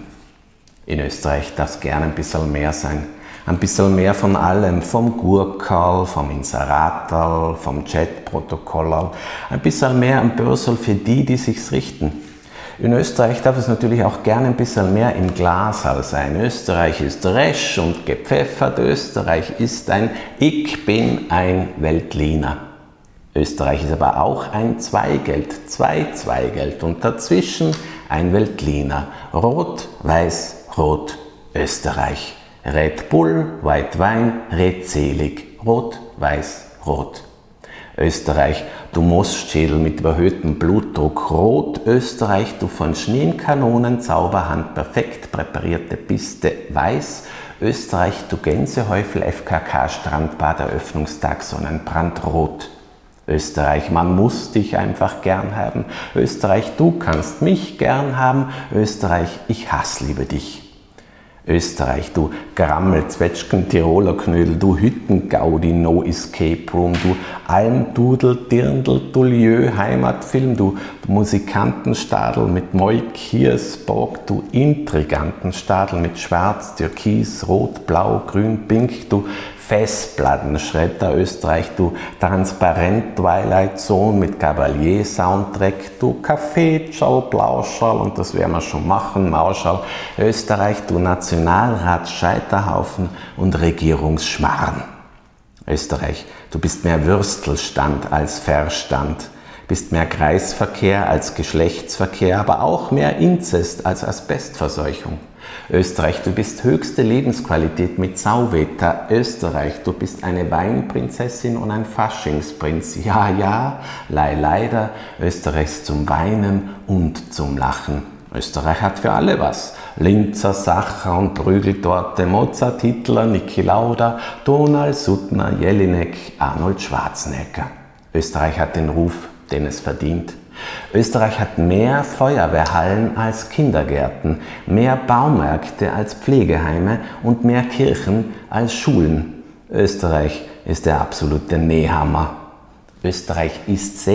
In Österreich darf es gerne ein bisschen mehr sein. Ein bisschen mehr von allem, vom Gurkerl, vom Inseraterl, vom Chatprotokollerl, ein bisschen mehr am Börsel für die, die sich's richten. In Österreich darf es natürlich auch gerne ein bisschen mehr im Glasal sein. Österreich ist resch und gepfeffert. Österreich ist ein Ich bin ein Weltliner. Österreich ist aber auch ein Zweigeld, zwei Zweigeld und dazwischen ein Veltliner. Rot, Weiß, Rot, Österreich. Red Bull, White Wein, redselig. Rot, Weiß, Rot. Österreich, du Moosschädel mit überhöhtem Blutdruck. Rot, Österreich, du von Schneekanonen, Zauberhand, perfekt präparierte Piste. Weiß, Österreich, du Gänsehäufel, FKK, Strandbad, Eröffnungstag, Sonnenbrand. Rot, Österreich, man muss dich einfach gern haben. Österreich, du kannst mich gern haben. Österreich, ich hassliebe dich. Österreich, du Grammel, Zwetschgen, Tiroler Knödel, du Hüttengaudi, No Escape Room, du Almdudel, Dirndl, Dulieu, Heimatfilm, du Musikantenstadel mit Moik, Hirsborg, du Intrigantenstadel mit Schwarz, Türkis, Rot, Blau, Grün, Pink, du Festplattenschredder Österreich, du Transparent Twilight Zone mit Cavalier Soundtrack, du Kaffeetschall, Blauschall, und das werden wir schon machen, Mauschall Österreich, du Nationalrat Scheiterhaufen und Regierungsschmarren. Österreich, du bist mehr Würstelstand als Verstand, bist mehr Kreisverkehr als Geschlechtsverkehr, aber auch mehr Inzest als Asbestverseuchung. Österreich, du bist höchste Lebensqualität mit Sauwetter. Österreich, du bist eine Weinprinzessin und ein Faschingsprinz. Ja, ja, leider. Österreich ist zum Weinen und zum Lachen. Österreich hat für alle was. Linzer, Sacher und Prügeltorte, Mozart, Hitler, Niki Lauda, Donald, Suttner, Jelinek, Arnold Schwarzenegger. Österreich hat den Ruf, den es verdient. Österreich hat mehr Feuerwehrhallen als Kindergärten, mehr Baumärkte als Pflegeheime und mehr Kirchen als Schulen. Österreich ist der absolute Nehammer. Österreich isst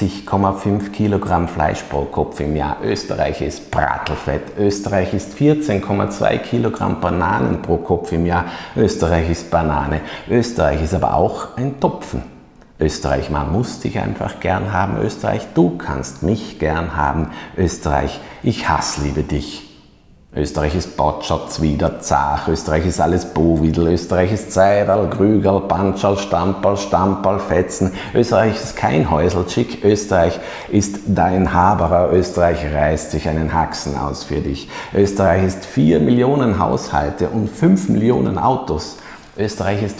60,5 Kilogramm Fleisch pro Kopf im Jahr. Österreich ist Bratelfett. Österreich isst 14,2 Kilogramm Bananen pro Kopf im Jahr. Österreich ist Banane. Österreich ist aber auch ein Topfen. Österreich, man muss dich einfach gern haben. Österreich, du kannst mich gern haben. Österreich, ich hassliebe dich. Österreich ist Botschert, Zwider, Zach. Österreich ist alles Bovidel. Österreich ist Zeiderl, Grügerl, Panschal, Stamperl, Fetzen. Österreich ist kein Häuseltschick. Österreich ist dein Haberer. Österreich reißt sich einen Haxen aus für dich. Österreich ist 4 Millionen Haushalte und 5 Millionen Autos. Österreich ist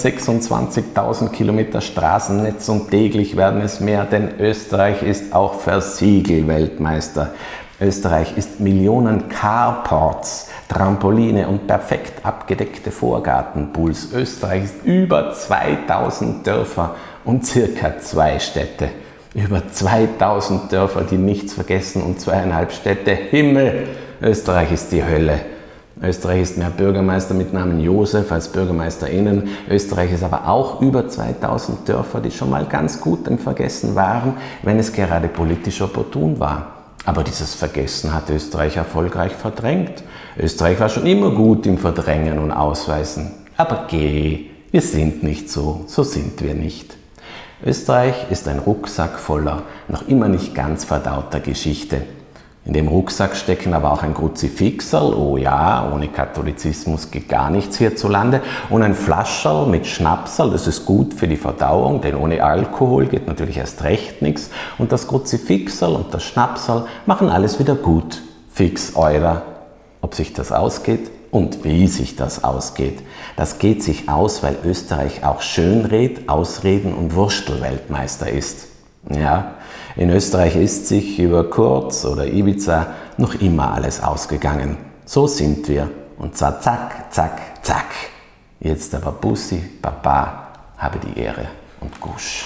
126.000 Kilometer Straßennetz und täglich werden es mehr, denn Österreich ist auch Versiegel-Weltmeister. Österreich ist Millionen Carports, Trampoline und perfekt abgedeckte Vorgartenpools. Österreich ist über 2000 Dörfer und circa 2 Städte. Über 2000 Dörfer, die nichts vergessen, und 2,5 Städte. Himmel! Österreich ist die Hölle. Österreich ist mehr Bürgermeister mit Namen Josef als BürgermeisterInnen. Österreich ist aber auch über 2000 Dörfer, die schon mal ganz gut im Vergessen waren, wenn es gerade politisch opportun war. Aber dieses Vergessen hat Österreich erfolgreich verdrängt. Österreich war schon immer gut im Verdrängen und Ausweisen. Aber geh, Wir sind nicht so, so sind wir nicht. Österreich ist ein Rucksack voller, noch immer nicht ganz verdauter Geschichte. In dem Rucksack stecken aber auch ein Kruzifixerl, oh ja, ohne Katholizismus geht gar nichts hierzulande, und ein Flascherl mit Schnapserl, das ist gut für die Verdauung, denn ohne Alkohol geht natürlich erst recht nichts. Und das Kruzifixerl und das Schnapserl machen alles wieder gut. Fix eurer. Ob sich das ausgeht und wie sich das ausgeht. Das geht sich aus, weil Österreich auch Schönred, Ausreden und Wurstelweltmeister ist. Ja, in Österreich ist sich über Kurz oder Ibiza noch immer alles ausgegangen. So sind wir. Und zwar zack, zack, zack. Jetzt aber Bussi, Baba, habe die Ehre und Gusch.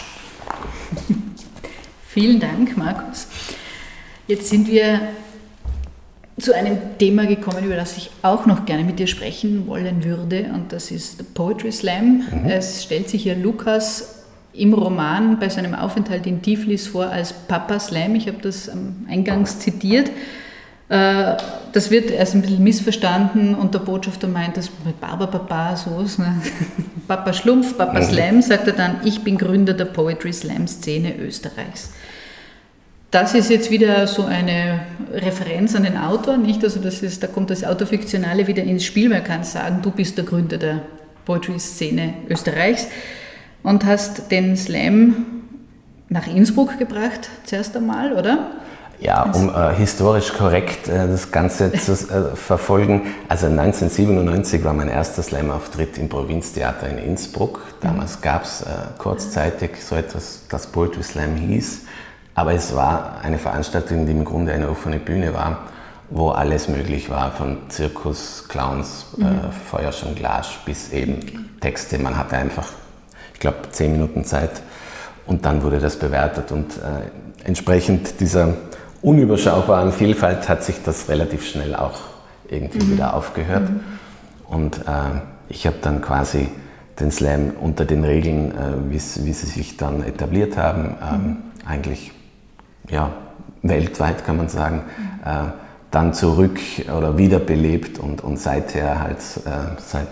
Vielen Dank, Markus. Jetzt sind wir zu einem Thema gekommen, über das ich auch noch gerne mit dir sprechen wollen würde, und das ist der Poetry Slam. Es stellt sich hier Lukas im Roman bei seinem Aufenthalt in Tiflis vor als Papa Slam. Ich habe das eingangs zitiert. Das wird erst ein bisschen missverstanden und der Botschafter meint, das mit Papa sowas. Ne? Papa Schlumpf, Papa Slam, sagt er dann, ich bin Gründer der Poetry Slam Szene Österreichs. Das ist jetzt wieder so eine Referenz an den Autor, nicht? Also da kommt das Autofiktionale wieder ins Spiel. Man kann sagen, du bist der Gründer der Poetry-Szene Österreichs und hast den Slam nach Innsbruck gebracht, zuerst einmal, oder? Ja, um historisch korrekt das Ganze zu verfolgen. Also 1997 war mein erster Slam-Auftritt im Provinztheater in Innsbruck. Damals gab es kurzzeitig so etwas, das Poetry Slam hieß. Aber es war eine Veranstaltung, die im Grunde eine offene Bühne war, wo alles möglich war, von Zirkus, Clowns, Feuerjonglage bis eben Texte. Man hatte einfach, ich glaube, 10 Minuten Zeit und dann wurde das bewertet. Und entsprechend dieser unüberschaubaren Vielfalt hat sich das relativ schnell auch irgendwie wieder aufgehört. Und ich habe dann quasi den Slam unter den Regeln, wie sie sich dann etabliert haben, eigentlich ja, weltweit kann man sagen, dann zurück oder wiederbelebt und seither halt seit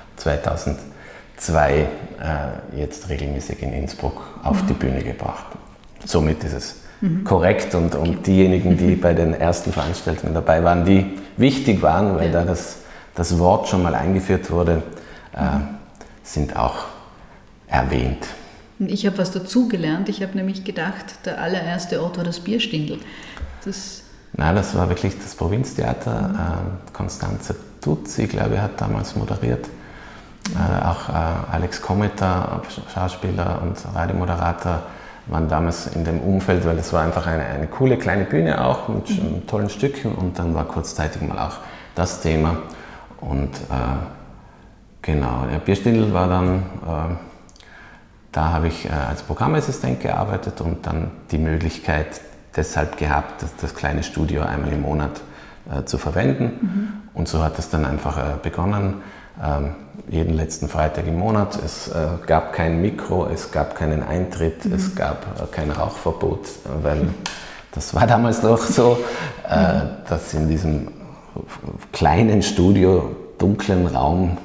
2002 jetzt regelmäßig in Innsbruck auf die Bühne gebracht. Somit ist es korrekt und diejenigen, die bei den ersten Veranstaltungen dabei waren, die wichtig waren, weil da das Wort schon mal eingeführt wurde, sind auch erwähnt. Ich habe was dazugelernt. Ich habe nämlich gedacht, der allererste Ort war das Bierstindl. Nein, das war wirklich das Provinztheater. Constanze Tutzi, glaube ich, hat damals moderiert. Auch Alex Kometer, Schauspieler und Radiomoderator, waren damals in dem Umfeld, weil das war einfach eine coole kleine Bühne auch mit tollen Stücken, und dann war kurzzeitig mal auch das Thema. Und genau, der Bierstindl war dann... Da habe ich als Programmassistent gearbeitet und dann die Möglichkeit deshalb gehabt, das kleine Studio einmal im Monat zu verwenden. Und so hat es dann einfach begonnen, jeden letzten Freitag im Monat. Es gab kein Mikro, es gab keinen Eintritt, es gab kein Rauchverbot, weil das war damals noch so, dass in diesem kleinen Studio, dunklen Raum,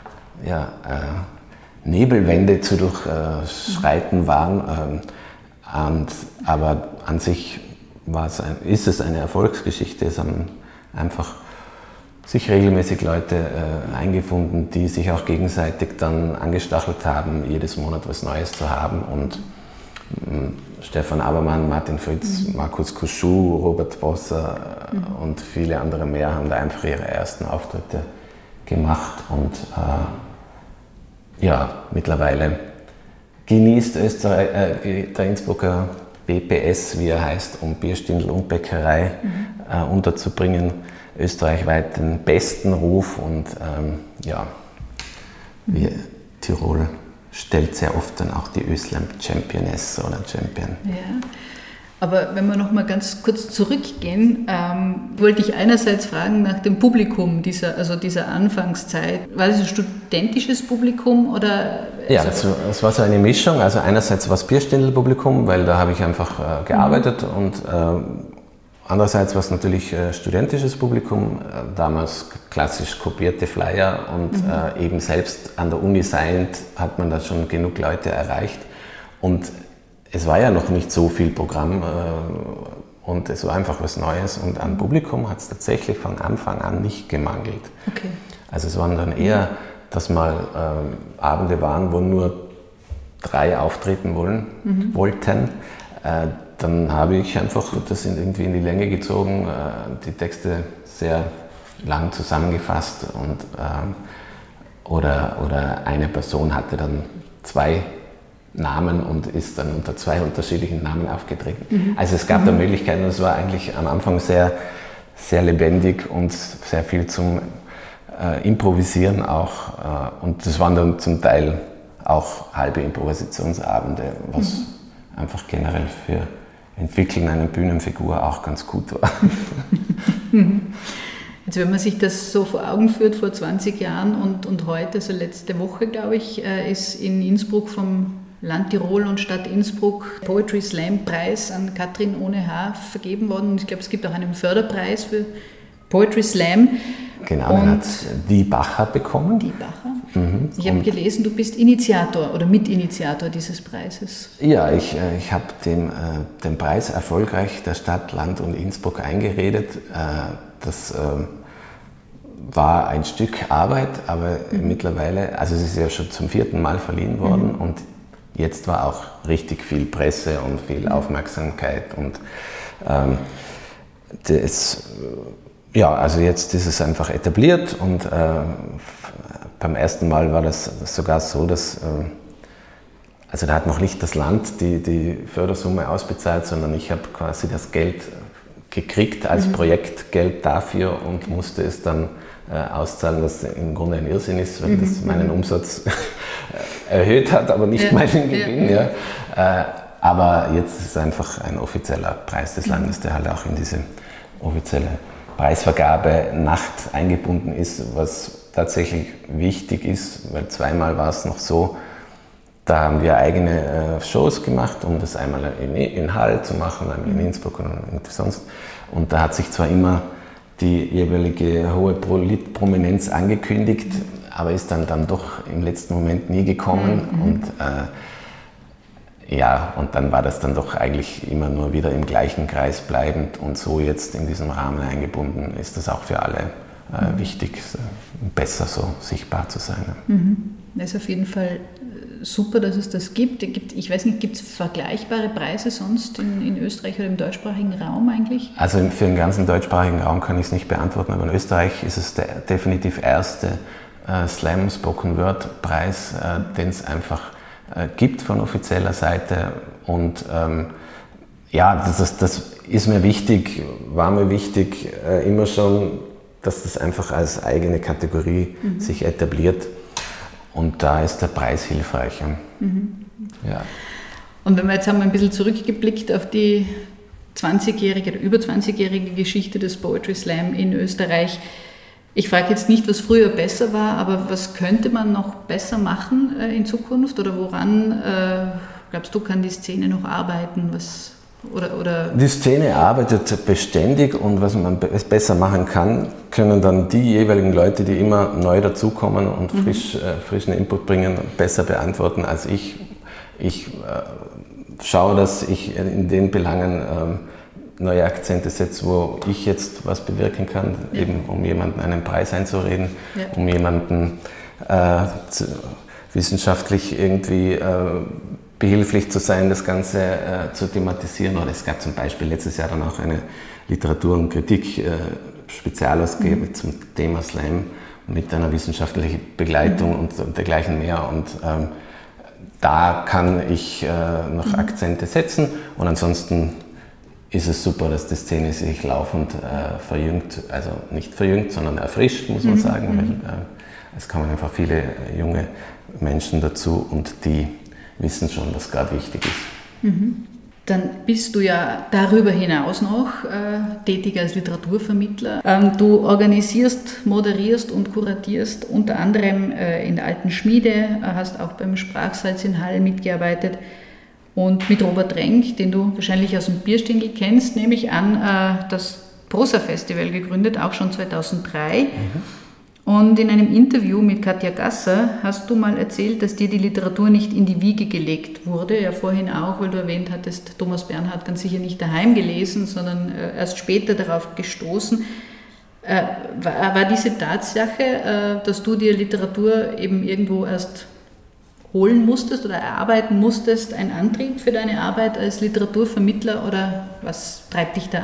Nebelwände zu durchschreiten waren. Aber an sich ist es eine Erfolgsgeschichte. Es haben einfach sich regelmäßig Leute eingefunden, die sich auch gegenseitig dann angestachelt haben, jedes Monat was Neues zu haben. Und Stefan Abermann, Martin Fritz, Markus Kuschu, Robert Bosser und viele andere mehr haben da einfach ihre ersten Auftritte gemacht. Und mittlerweile genießt der Innsbrucker BPS, wie er heißt, um Bierstindl und Bäckerei unterzubringen, österreichweit den besten Ruf. Und Tirol stellt sehr oft dann auch die Öslam Championess oder Champion. Ja. Aber wenn wir noch mal ganz kurz zurückgehen, wollte ich einerseits fragen nach dem Publikum dieser Anfangszeit. War das ein studentisches Publikum oder? Ja, es war so eine Mischung. Also einerseits war es Bierstindl-Publikum, weil da habe ich einfach gearbeitet und Andererseits war es natürlich studentisches Publikum, damals klassisch kopierte Flyer und eben selbst an der Uni seiend hat man da schon genug Leute erreicht. Und es war ja noch nicht so viel Programm und es war einfach was Neues und an Publikum hat es tatsächlich von Anfang an nicht gemangelt. Okay. Also es waren dann eher, dass mal Abende waren, wo nur 3 auftreten wollten. Dann habe ich einfach das irgendwie in die Länge gezogen, die Texte sehr lang zusammengefasst und oder eine Person hatte dann 2 Namen und ist dann unter 2 unterschiedlichen Namen aufgetreten. Also es gab da Möglichkeiten und es war eigentlich am Anfang sehr, sehr lebendig und sehr viel zum Improvisieren auch. Und das waren dann zum Teil auch halbe Improvisationsabende, was einfach generell für Entwickeln einer Bühnenfigur auch ganz gut war. Jetzt, wenn man sich das so vor Augen führt, vor 20 Jahren und heute, also letzte Woche, glaube ich, ist in Innsbruck vom Land Tirol und Stadt Innsbruck Poetry Slam Preis an Katrin ohne H vergeben worden. Und ich glaube, es gibt auch einen Förderpreis für Poetry Slam. Genau, den hat die Bacher bekommen. Die Bacher. Ich habe gelesen, du bist Initiator oder Mitinitiator dieses Preises. Ja, ich habe den Preis erfolgreich der Stadt, Land und Innsbruck eingeredet. Das war ein Stück Arbeit, aber mittlerweile, also es ist ja schon zum 4. Mal verliehen worden und jetzt war auch richtig viel Presse und viel Aufmerksamkeit und also jetzt ist es einfach etabliert und beim ersten Mal war das sogar so, dass, also da hat noch nicht das Land die Fördersumme ausbezahlt, sondern ich habe quasi das Geld gekriegt als Projektgeld dafür und musste es dann auszahlen, was im Grunde ein Irrsinn ist, weil das meinen Umsatz erhöht hat, aber nicht meinen Gewinn. Ja. Aber jetzt ist es einfach ein offizieller Preis des Landes, der halt auch in diese offizielle Preisvergabe-Nacht eingebunden ist, was tatsächlich wichtig ist, weil 2-mal war es noch so, da haben wir eigene Shows gemacht, um das einmal in Hall zu machen, einmal in Innsbruck und sonst. Und da hat sich zwar immer die jeweilige hohe Prominenz angekündigt, aber ist dann doch im letzten Moment nie gekommen. Und und dann war das dann doch eigentlich immer nur wieder im gleichen Kreis bleibend und so jetzt in diesem Rahmen eingebunden ist das auch für alle wichtig, besser so sichtbar zu sein. Das ist auf jeden Fall super, dass es das gibt. Ich weiß nicht, gibt es vergleichbare Preise sonst in Österreich oder im deutschsprachigen Raum eigentlich? Also für den ganzen deutschsprachigen Raum kann ich es nicht beantworten, aber in Österreich ist es der definitiv erste Slam Spoken Word Preis, den es einfach gibt von offizieller Seite und das ist mir wichtig, war mir wichtig immer schon, dass das einfach als eigene Kategorie sich etabliert und da ist der Preis hilfreich. Ja. Und wenn wir jetzt einmal ein bisschen zurückgeblickt auf die 20-jährige oder über 20-jährige Geschichte des Poetry Slam in Österreich, ich frage jetzt nicht, was früher besser war, aber was könnte man noch besser machen in Zukunft oder woran, glaubst du, kann die Szene noch arbeiten? Oder? Die Szene arbeitet beständig und was man besser machen kann, können dann die jeweiligen Leute, die immer neu dazukommen und frischen Input bringen, besser beantworten als ich. Ich schaue, dass ich in den Belangen neue Akzente setze, wo ich jetzt was bewirken kann, eben um jemanden einen Preis einzureden, um jemanden wissenschaftlich irgendwie behilflich zu sein, das Ganze zu thematisieren. Oder es gab zum Beispiel letztes Jahr dann auch eine Literatur- und Kritik-Spezialausgabe zum Thema Slam mit einer wissenschaftlichen Begleitung und dergleichen mehr. Und da kann ich noch Akzente setzen und ansonsten ist es super, dass die Szene sich laufend verjüngt, also nicht verjüngt, sondern erfrischt, muss man sagen, weil es kommen einfach viele junge Menschen dazu und die wissen schon, was gerade wichtig ist. Dann bist du ja darüber hinaus noch tätig als Literaturvermittler. Du organisierst, moderierst und kuratierst unter anderem in der Alten Schmiede, hast auch beim Sprachsalz in Hall mitgearbeitet. Und mit Robert Renk, den du wahrscheinlich aus dem Bierstingl kennst, nehme ich an, das Prosa-Festival gegründet, auch schon 2003. Und in einem Interview mit Katja Gasser hast du mal erzählt, dass dir die Literatur nicht in die Wiege gelegt wurde. Ja, vorhin auch, weil du erwähnt hattest, Thomas Bernhard ganz sicher nicht daheim gelesen, sondern erst später darauf gestoßen. War diese Tatsache, dass du dir Literatur eben irgendwo erst holen musstest oder erarbeiten musstest, ein Antrieb für deine Arbeit als Literaturvermittler oder was treibt dich da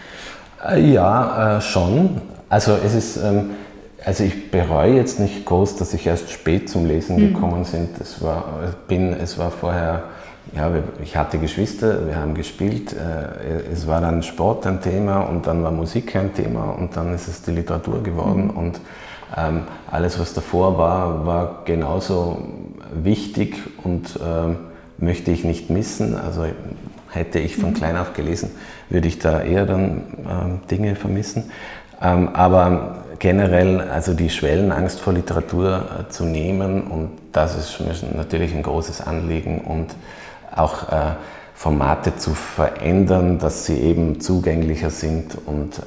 an? Ja, schon. Also es ist... Also ich bereue jetzt nicht groß, dass ich erst spät zum Lesen gekommen bin. Es war vorher, ja, ich hatte Geschwister, wir haben gespielt, es war dann Sport ein Thema und dann war Musik ein Thema und dann ist es die Literatur geworden und alles, was davor war genauso wichtig und möchte ich nicht missen. Also hätte ich von klein auf gelesen, würde ich da eher dann Dinge vermissen. Aber generell, also die Schwellenangst vor Literatur zu nehmen und das ist mir natürlich ein großes Anliegen und auch Formate zu verändern, dass sie eben zugänglicher sind und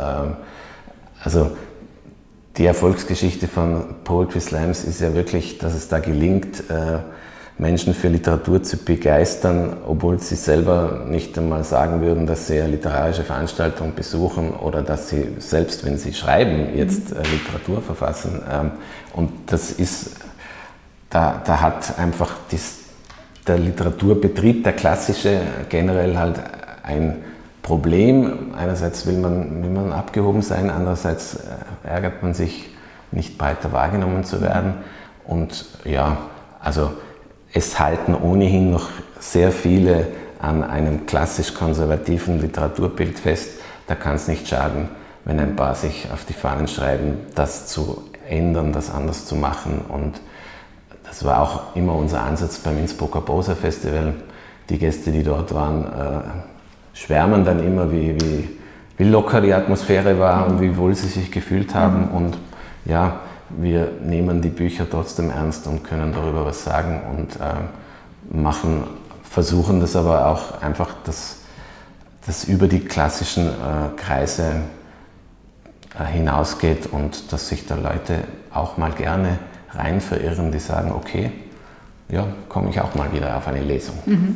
also die Erfolgsgeschichte von Poetry Slams ist ja wirklich, dass es da gelingt, Menschen für Literatur zu begeistern, obwohl sie selber nicht einmal sagen würden, dass sie eine literarische Veranstaltung besuchen oder dass sie selbst, wenn sie schreiben, jetzt Literatur verfassen. Und das ist, da hat einfach der Literaturbetrieb, der klassische, generell halt ein Problem. Einerseits will man abgehoben sein, andererseits ärgert man sich, nicht breiter wahrgenommen zu werden. Und ja, also es halten ohnehin noch sehr viele an einem klassisch-konservativen Literaturbild fest. Da kann es nicht schaden, wenn ein paar sich auf die Fahnen schreiben, das zu ändern, das anders zu machen. Und das war auch immer unser Ansatz beim Innsbrucker Prosa-Festival. Die Gäste, die dort waren, schwärmen dann immer, wie locker die Atmosphäre war und wie wohl sie sich gefühlt haben. Und ja, wir nehmen die Bücher trotzdem ernst und können darüber was sagen und versuchen das aber auch einfach, das über die klassischen Kreise hinausgeht und dass sich da Leute auch mal gerne rein verirren, die sagen, okay, ja, komme ich auch mal wieder auf eine Lesung.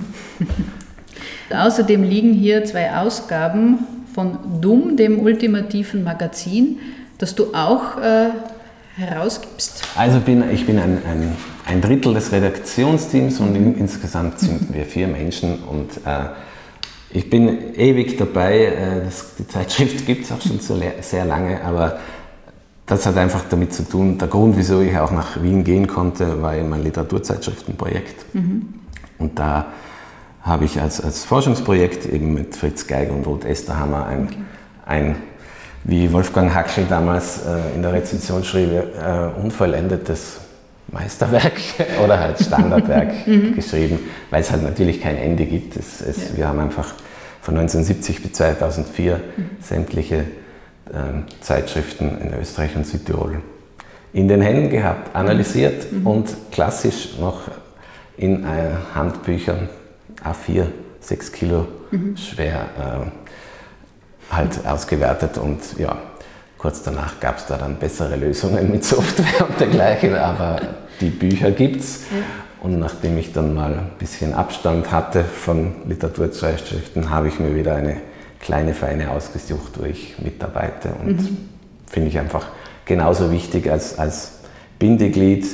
Außerdem liegen hier 2 Ausgaben von Dumm, dem ultimativen Magazin, das du auch herausgibst? Also ich bin ein Drittel des Redaktionsteams und insgesamt sind wir 4 Menschen und ich bin ewig dabei. Die Zeitschrift gibt es auch schon sehr lange, aber das hat einfach damit zu tun, der Grund, wieso ich auch nach Wien gehen konnte, war eben ein Literaturzeitschriftenprojekt. Und da habe ich als Forschungsprojekt eben mit Fritz Geig und Ruth Esterhammer ein wie Wolfgang Hackl damals in der Rezension schrieb, unvollendetes Meisterwerk oder halt Standardwerk geschrieben, weil es halt natürlich kein Ende gibt. Wir haben einfach von 1970 bis 2004 sämtliche Zeitschriften in Österreich und Südtirol in den Händen gehabt, analysiert und klassisch noch in Handbüchern A4, 6 Kilo schwer halt ausgewertet und ja, kurz danach gab es da dann bessere Lösungen mit Software und dergleichen, aber die Bücher gibt's. Und nachdem ich dann mal ein bisschen Abstand hatte von Literaturzeitschriften, habe ich mir wieder eine kleine Feine ausgesucht, wo ich mitarbeite und finde ich einfach genauso wichtig als Bindeglied.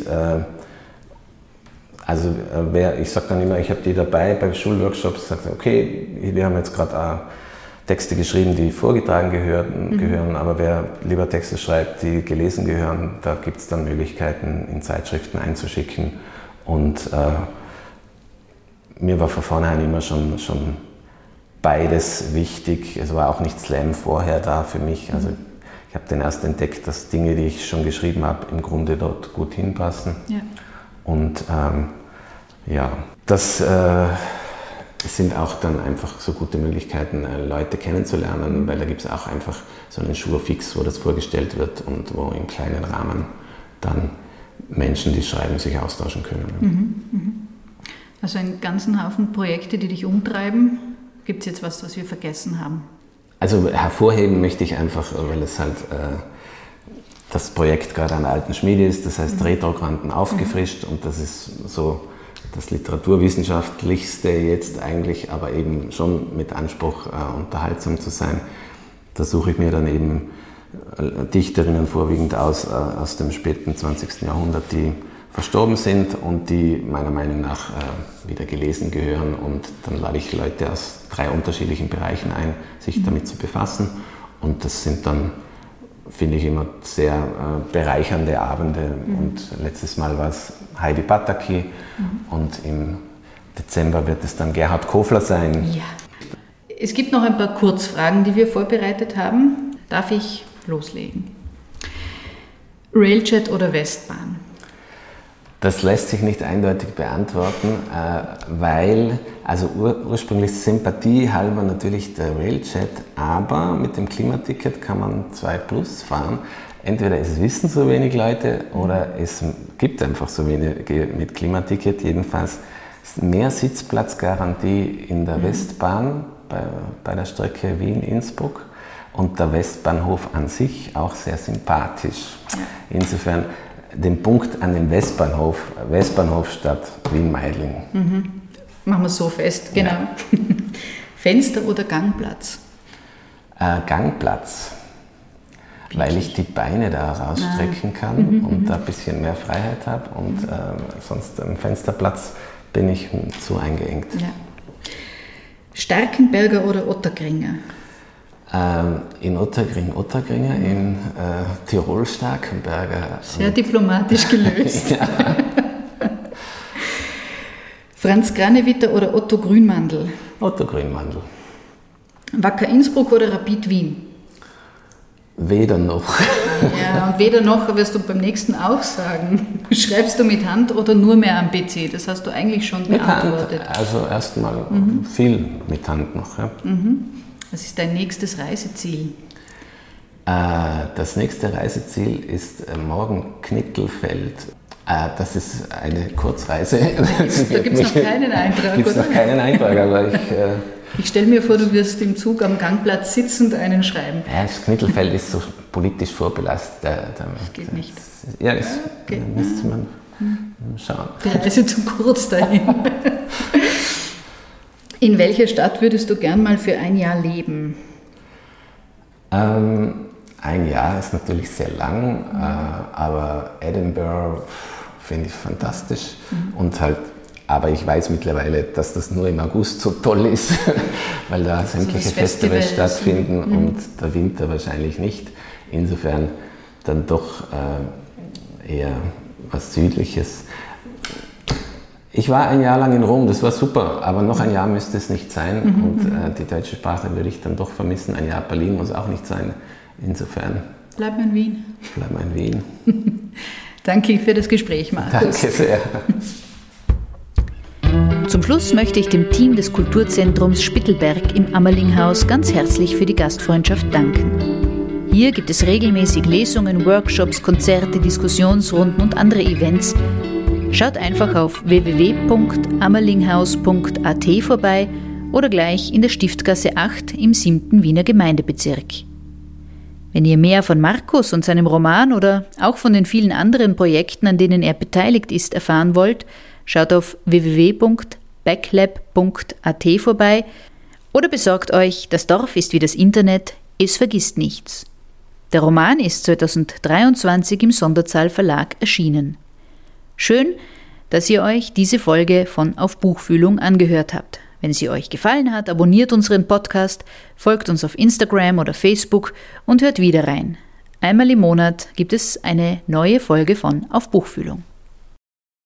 Also ich sage dann immer, ich habe die dabei bei Schulworkshops, sage okay, wir haben jetzt gerade Texte geschrieben, die vorgetragen gehören, aber wer lieber Texte schreibt, die gelesen gehören, da gibt es dann Möglichkeiten, in Zeitschriften einzuschicken. Und mir war von vornherein immer schon beides wichtig. Es war auch nicht Slam vorher da für mich. Also ich habe dann erst entdeckt, dass Dinge, die ich schon geschrieben habe, im Grunde dort gut hinpassen. Ja. Und das sind auch dann einfach so gute Möglichkeiten, Leute kennenzulernen, weil da gibt es auch einfach so einen Schurfix, wo das vorgestellt wird und wo im kleinen Rahmen dann Menschen, die schreiben, sich austauschen können. Also einen ganzen Haufen Projekte, die dich umtreiben. Gibt es jetzt was wir vergessen haben? Also hervorheben möchte ich einfach, weil es halt das Projekt gerade an der Alten Schmiede ist, das heißt Retro-Quanten aufgefrischt und das ist so das Literaturwissenschaftlichste jetzt eigentlich, aber eben schon mit Anspruch, unterhaltsam zu sein. Da suche ich mir dann eben Dichterinnen vorwiegend aus dem späten 20. Jahrhundert, die verstorben sind und die meiner Meinung nach wieder gelesen gehören, und dann lade ich Leute aus 3 unterschiedlichen Bereichen ein, sich damit zu befassen, und das sind dann, finde ich, immer sehr bereichernde Abende. Und letztes Mal war es Heidi Pataki und im Dezember wird es dann Gerhard Kofler sein. Ja. Es gibt noch ein paar Kurzfragen, die wir vorbereitet haben. Darf ich loslegen? Railjet oder Westbahn? Das lässt sich nicht eindeutig beantworten, weil, also ursprünglich Sympathie halber natürlich der Railjet, aber mit dem Klimaticket kann man 2+ fahren. Entweder es wissen so wenig Leute oder es gibt einfach so wenig mit Klimaticket. Jedenfalls ist mehr Sitzplatzgarantie in der Westbahn bei der Strecke Wien-Innsbruck und der Westbahnhof an sich auch sehr sympathisch. Insofern den Punkt an den Westbahnhof statt Wien-Meidling. Machen wir es so fest, genau. Ja. Fenster oder Gangplatz? Gangplatz, weil ich die Beine da rausstrecken kann und da ein bisschen mehr Freiheit habe, und sonst am Fensterplatz bin ich zu eingeengt. Ja. Starkenberger oder Otterkringer? In Otterkringer, in Tirol Starkenberger. Sehr diplomatisch gelöst. Ja. Franz Granewitter oder Otto Grünmandl? Otto Grünmandl. Wacker Innsbruck oder Rapid Wien? Weder noch. Ja, und weder noch wirst du beim nächsten auch sagen. Schreibst du mit Hand oder nur mehr am PC? Das hast du eigentlich schon beantwortet. Mit Hand, also erstmal viel mit Hand noch. Ja. Was ist dein nächstes Reiseziel? Das nächste Reiseziel ist morgen Knittelfeld. Das ist eine Kurzreise. Da gibt es noch keinen Eintrag, Gibt es noch keinen Eintrag, aber ich stelle mir vor, du wirst im Zug am Gangplatz sitzend einen schreiben. Ja, das Knittelfeld ist so politisch vorbelastet. Das geht nicht. Ja, das müsste man schauen. Die Reise zu kurz dahin. In welcher Stadt würdest du gern mal für ein Jahr leben? Ein Jahr ist natürlich sehr lang, aber Edinburgh finde ich fantastisch. Und halt, aber ich weiß mittlerweile, dass das nur im August so toll ist, weil da sämtliche Festivals stattfinden und der Winter wahrscheinlich nicht. Insofern dann doch eher was Südliches. Ich war ein Jahr lang in Rom, das war super, aber noch ein Jahr müsste es nicht sein. Und die deutsche Sprache würde ich dann doch vermissen. Ein Jahr Berlin muss auch nicht sein. Insofern. Bleib mal in Wien. Bleib mal in Wien. Danke für das Gespräch, Markus. Danke sehr. Zum Schluss möchte ich dem Team des Kulturzentrums Spittelberg im Ammerlinghaus ganz herzlich für die Gastfreundschaft danken. Hier gibt es regelmäßig Lesungen, Workshops, Konzerte, Diskussionsrunden und andere Events. Schaut einfach auf www.ammerlinghaus.at vorbei oder gleich in der Stiftgasse 8 im 7. Wiener Gemeindebezirk. Wenn ihr mehr von Markus und seinem Roman oder auch von den vielen anderen Projekten, an denen er beteiligt ist, erfahren wollt, schaut auf www.backlab.at vorbei oder besorgt euch Das Dorf ist wie das Internet, es vergisst nichts. Der Roman ist 2023 im Sonderzahl Verlag erschienen. Schön, dass ihr euch diese Folge von Auf Buchfühlung angehört habt. Wenn sie euch gefallen hat, abonniert unseren Podcast, folgt uns auf Instagram oder Facebook und hört wieder rein. Einmal im Monat gibt es eine neue Folge von Auf Buchfühlung.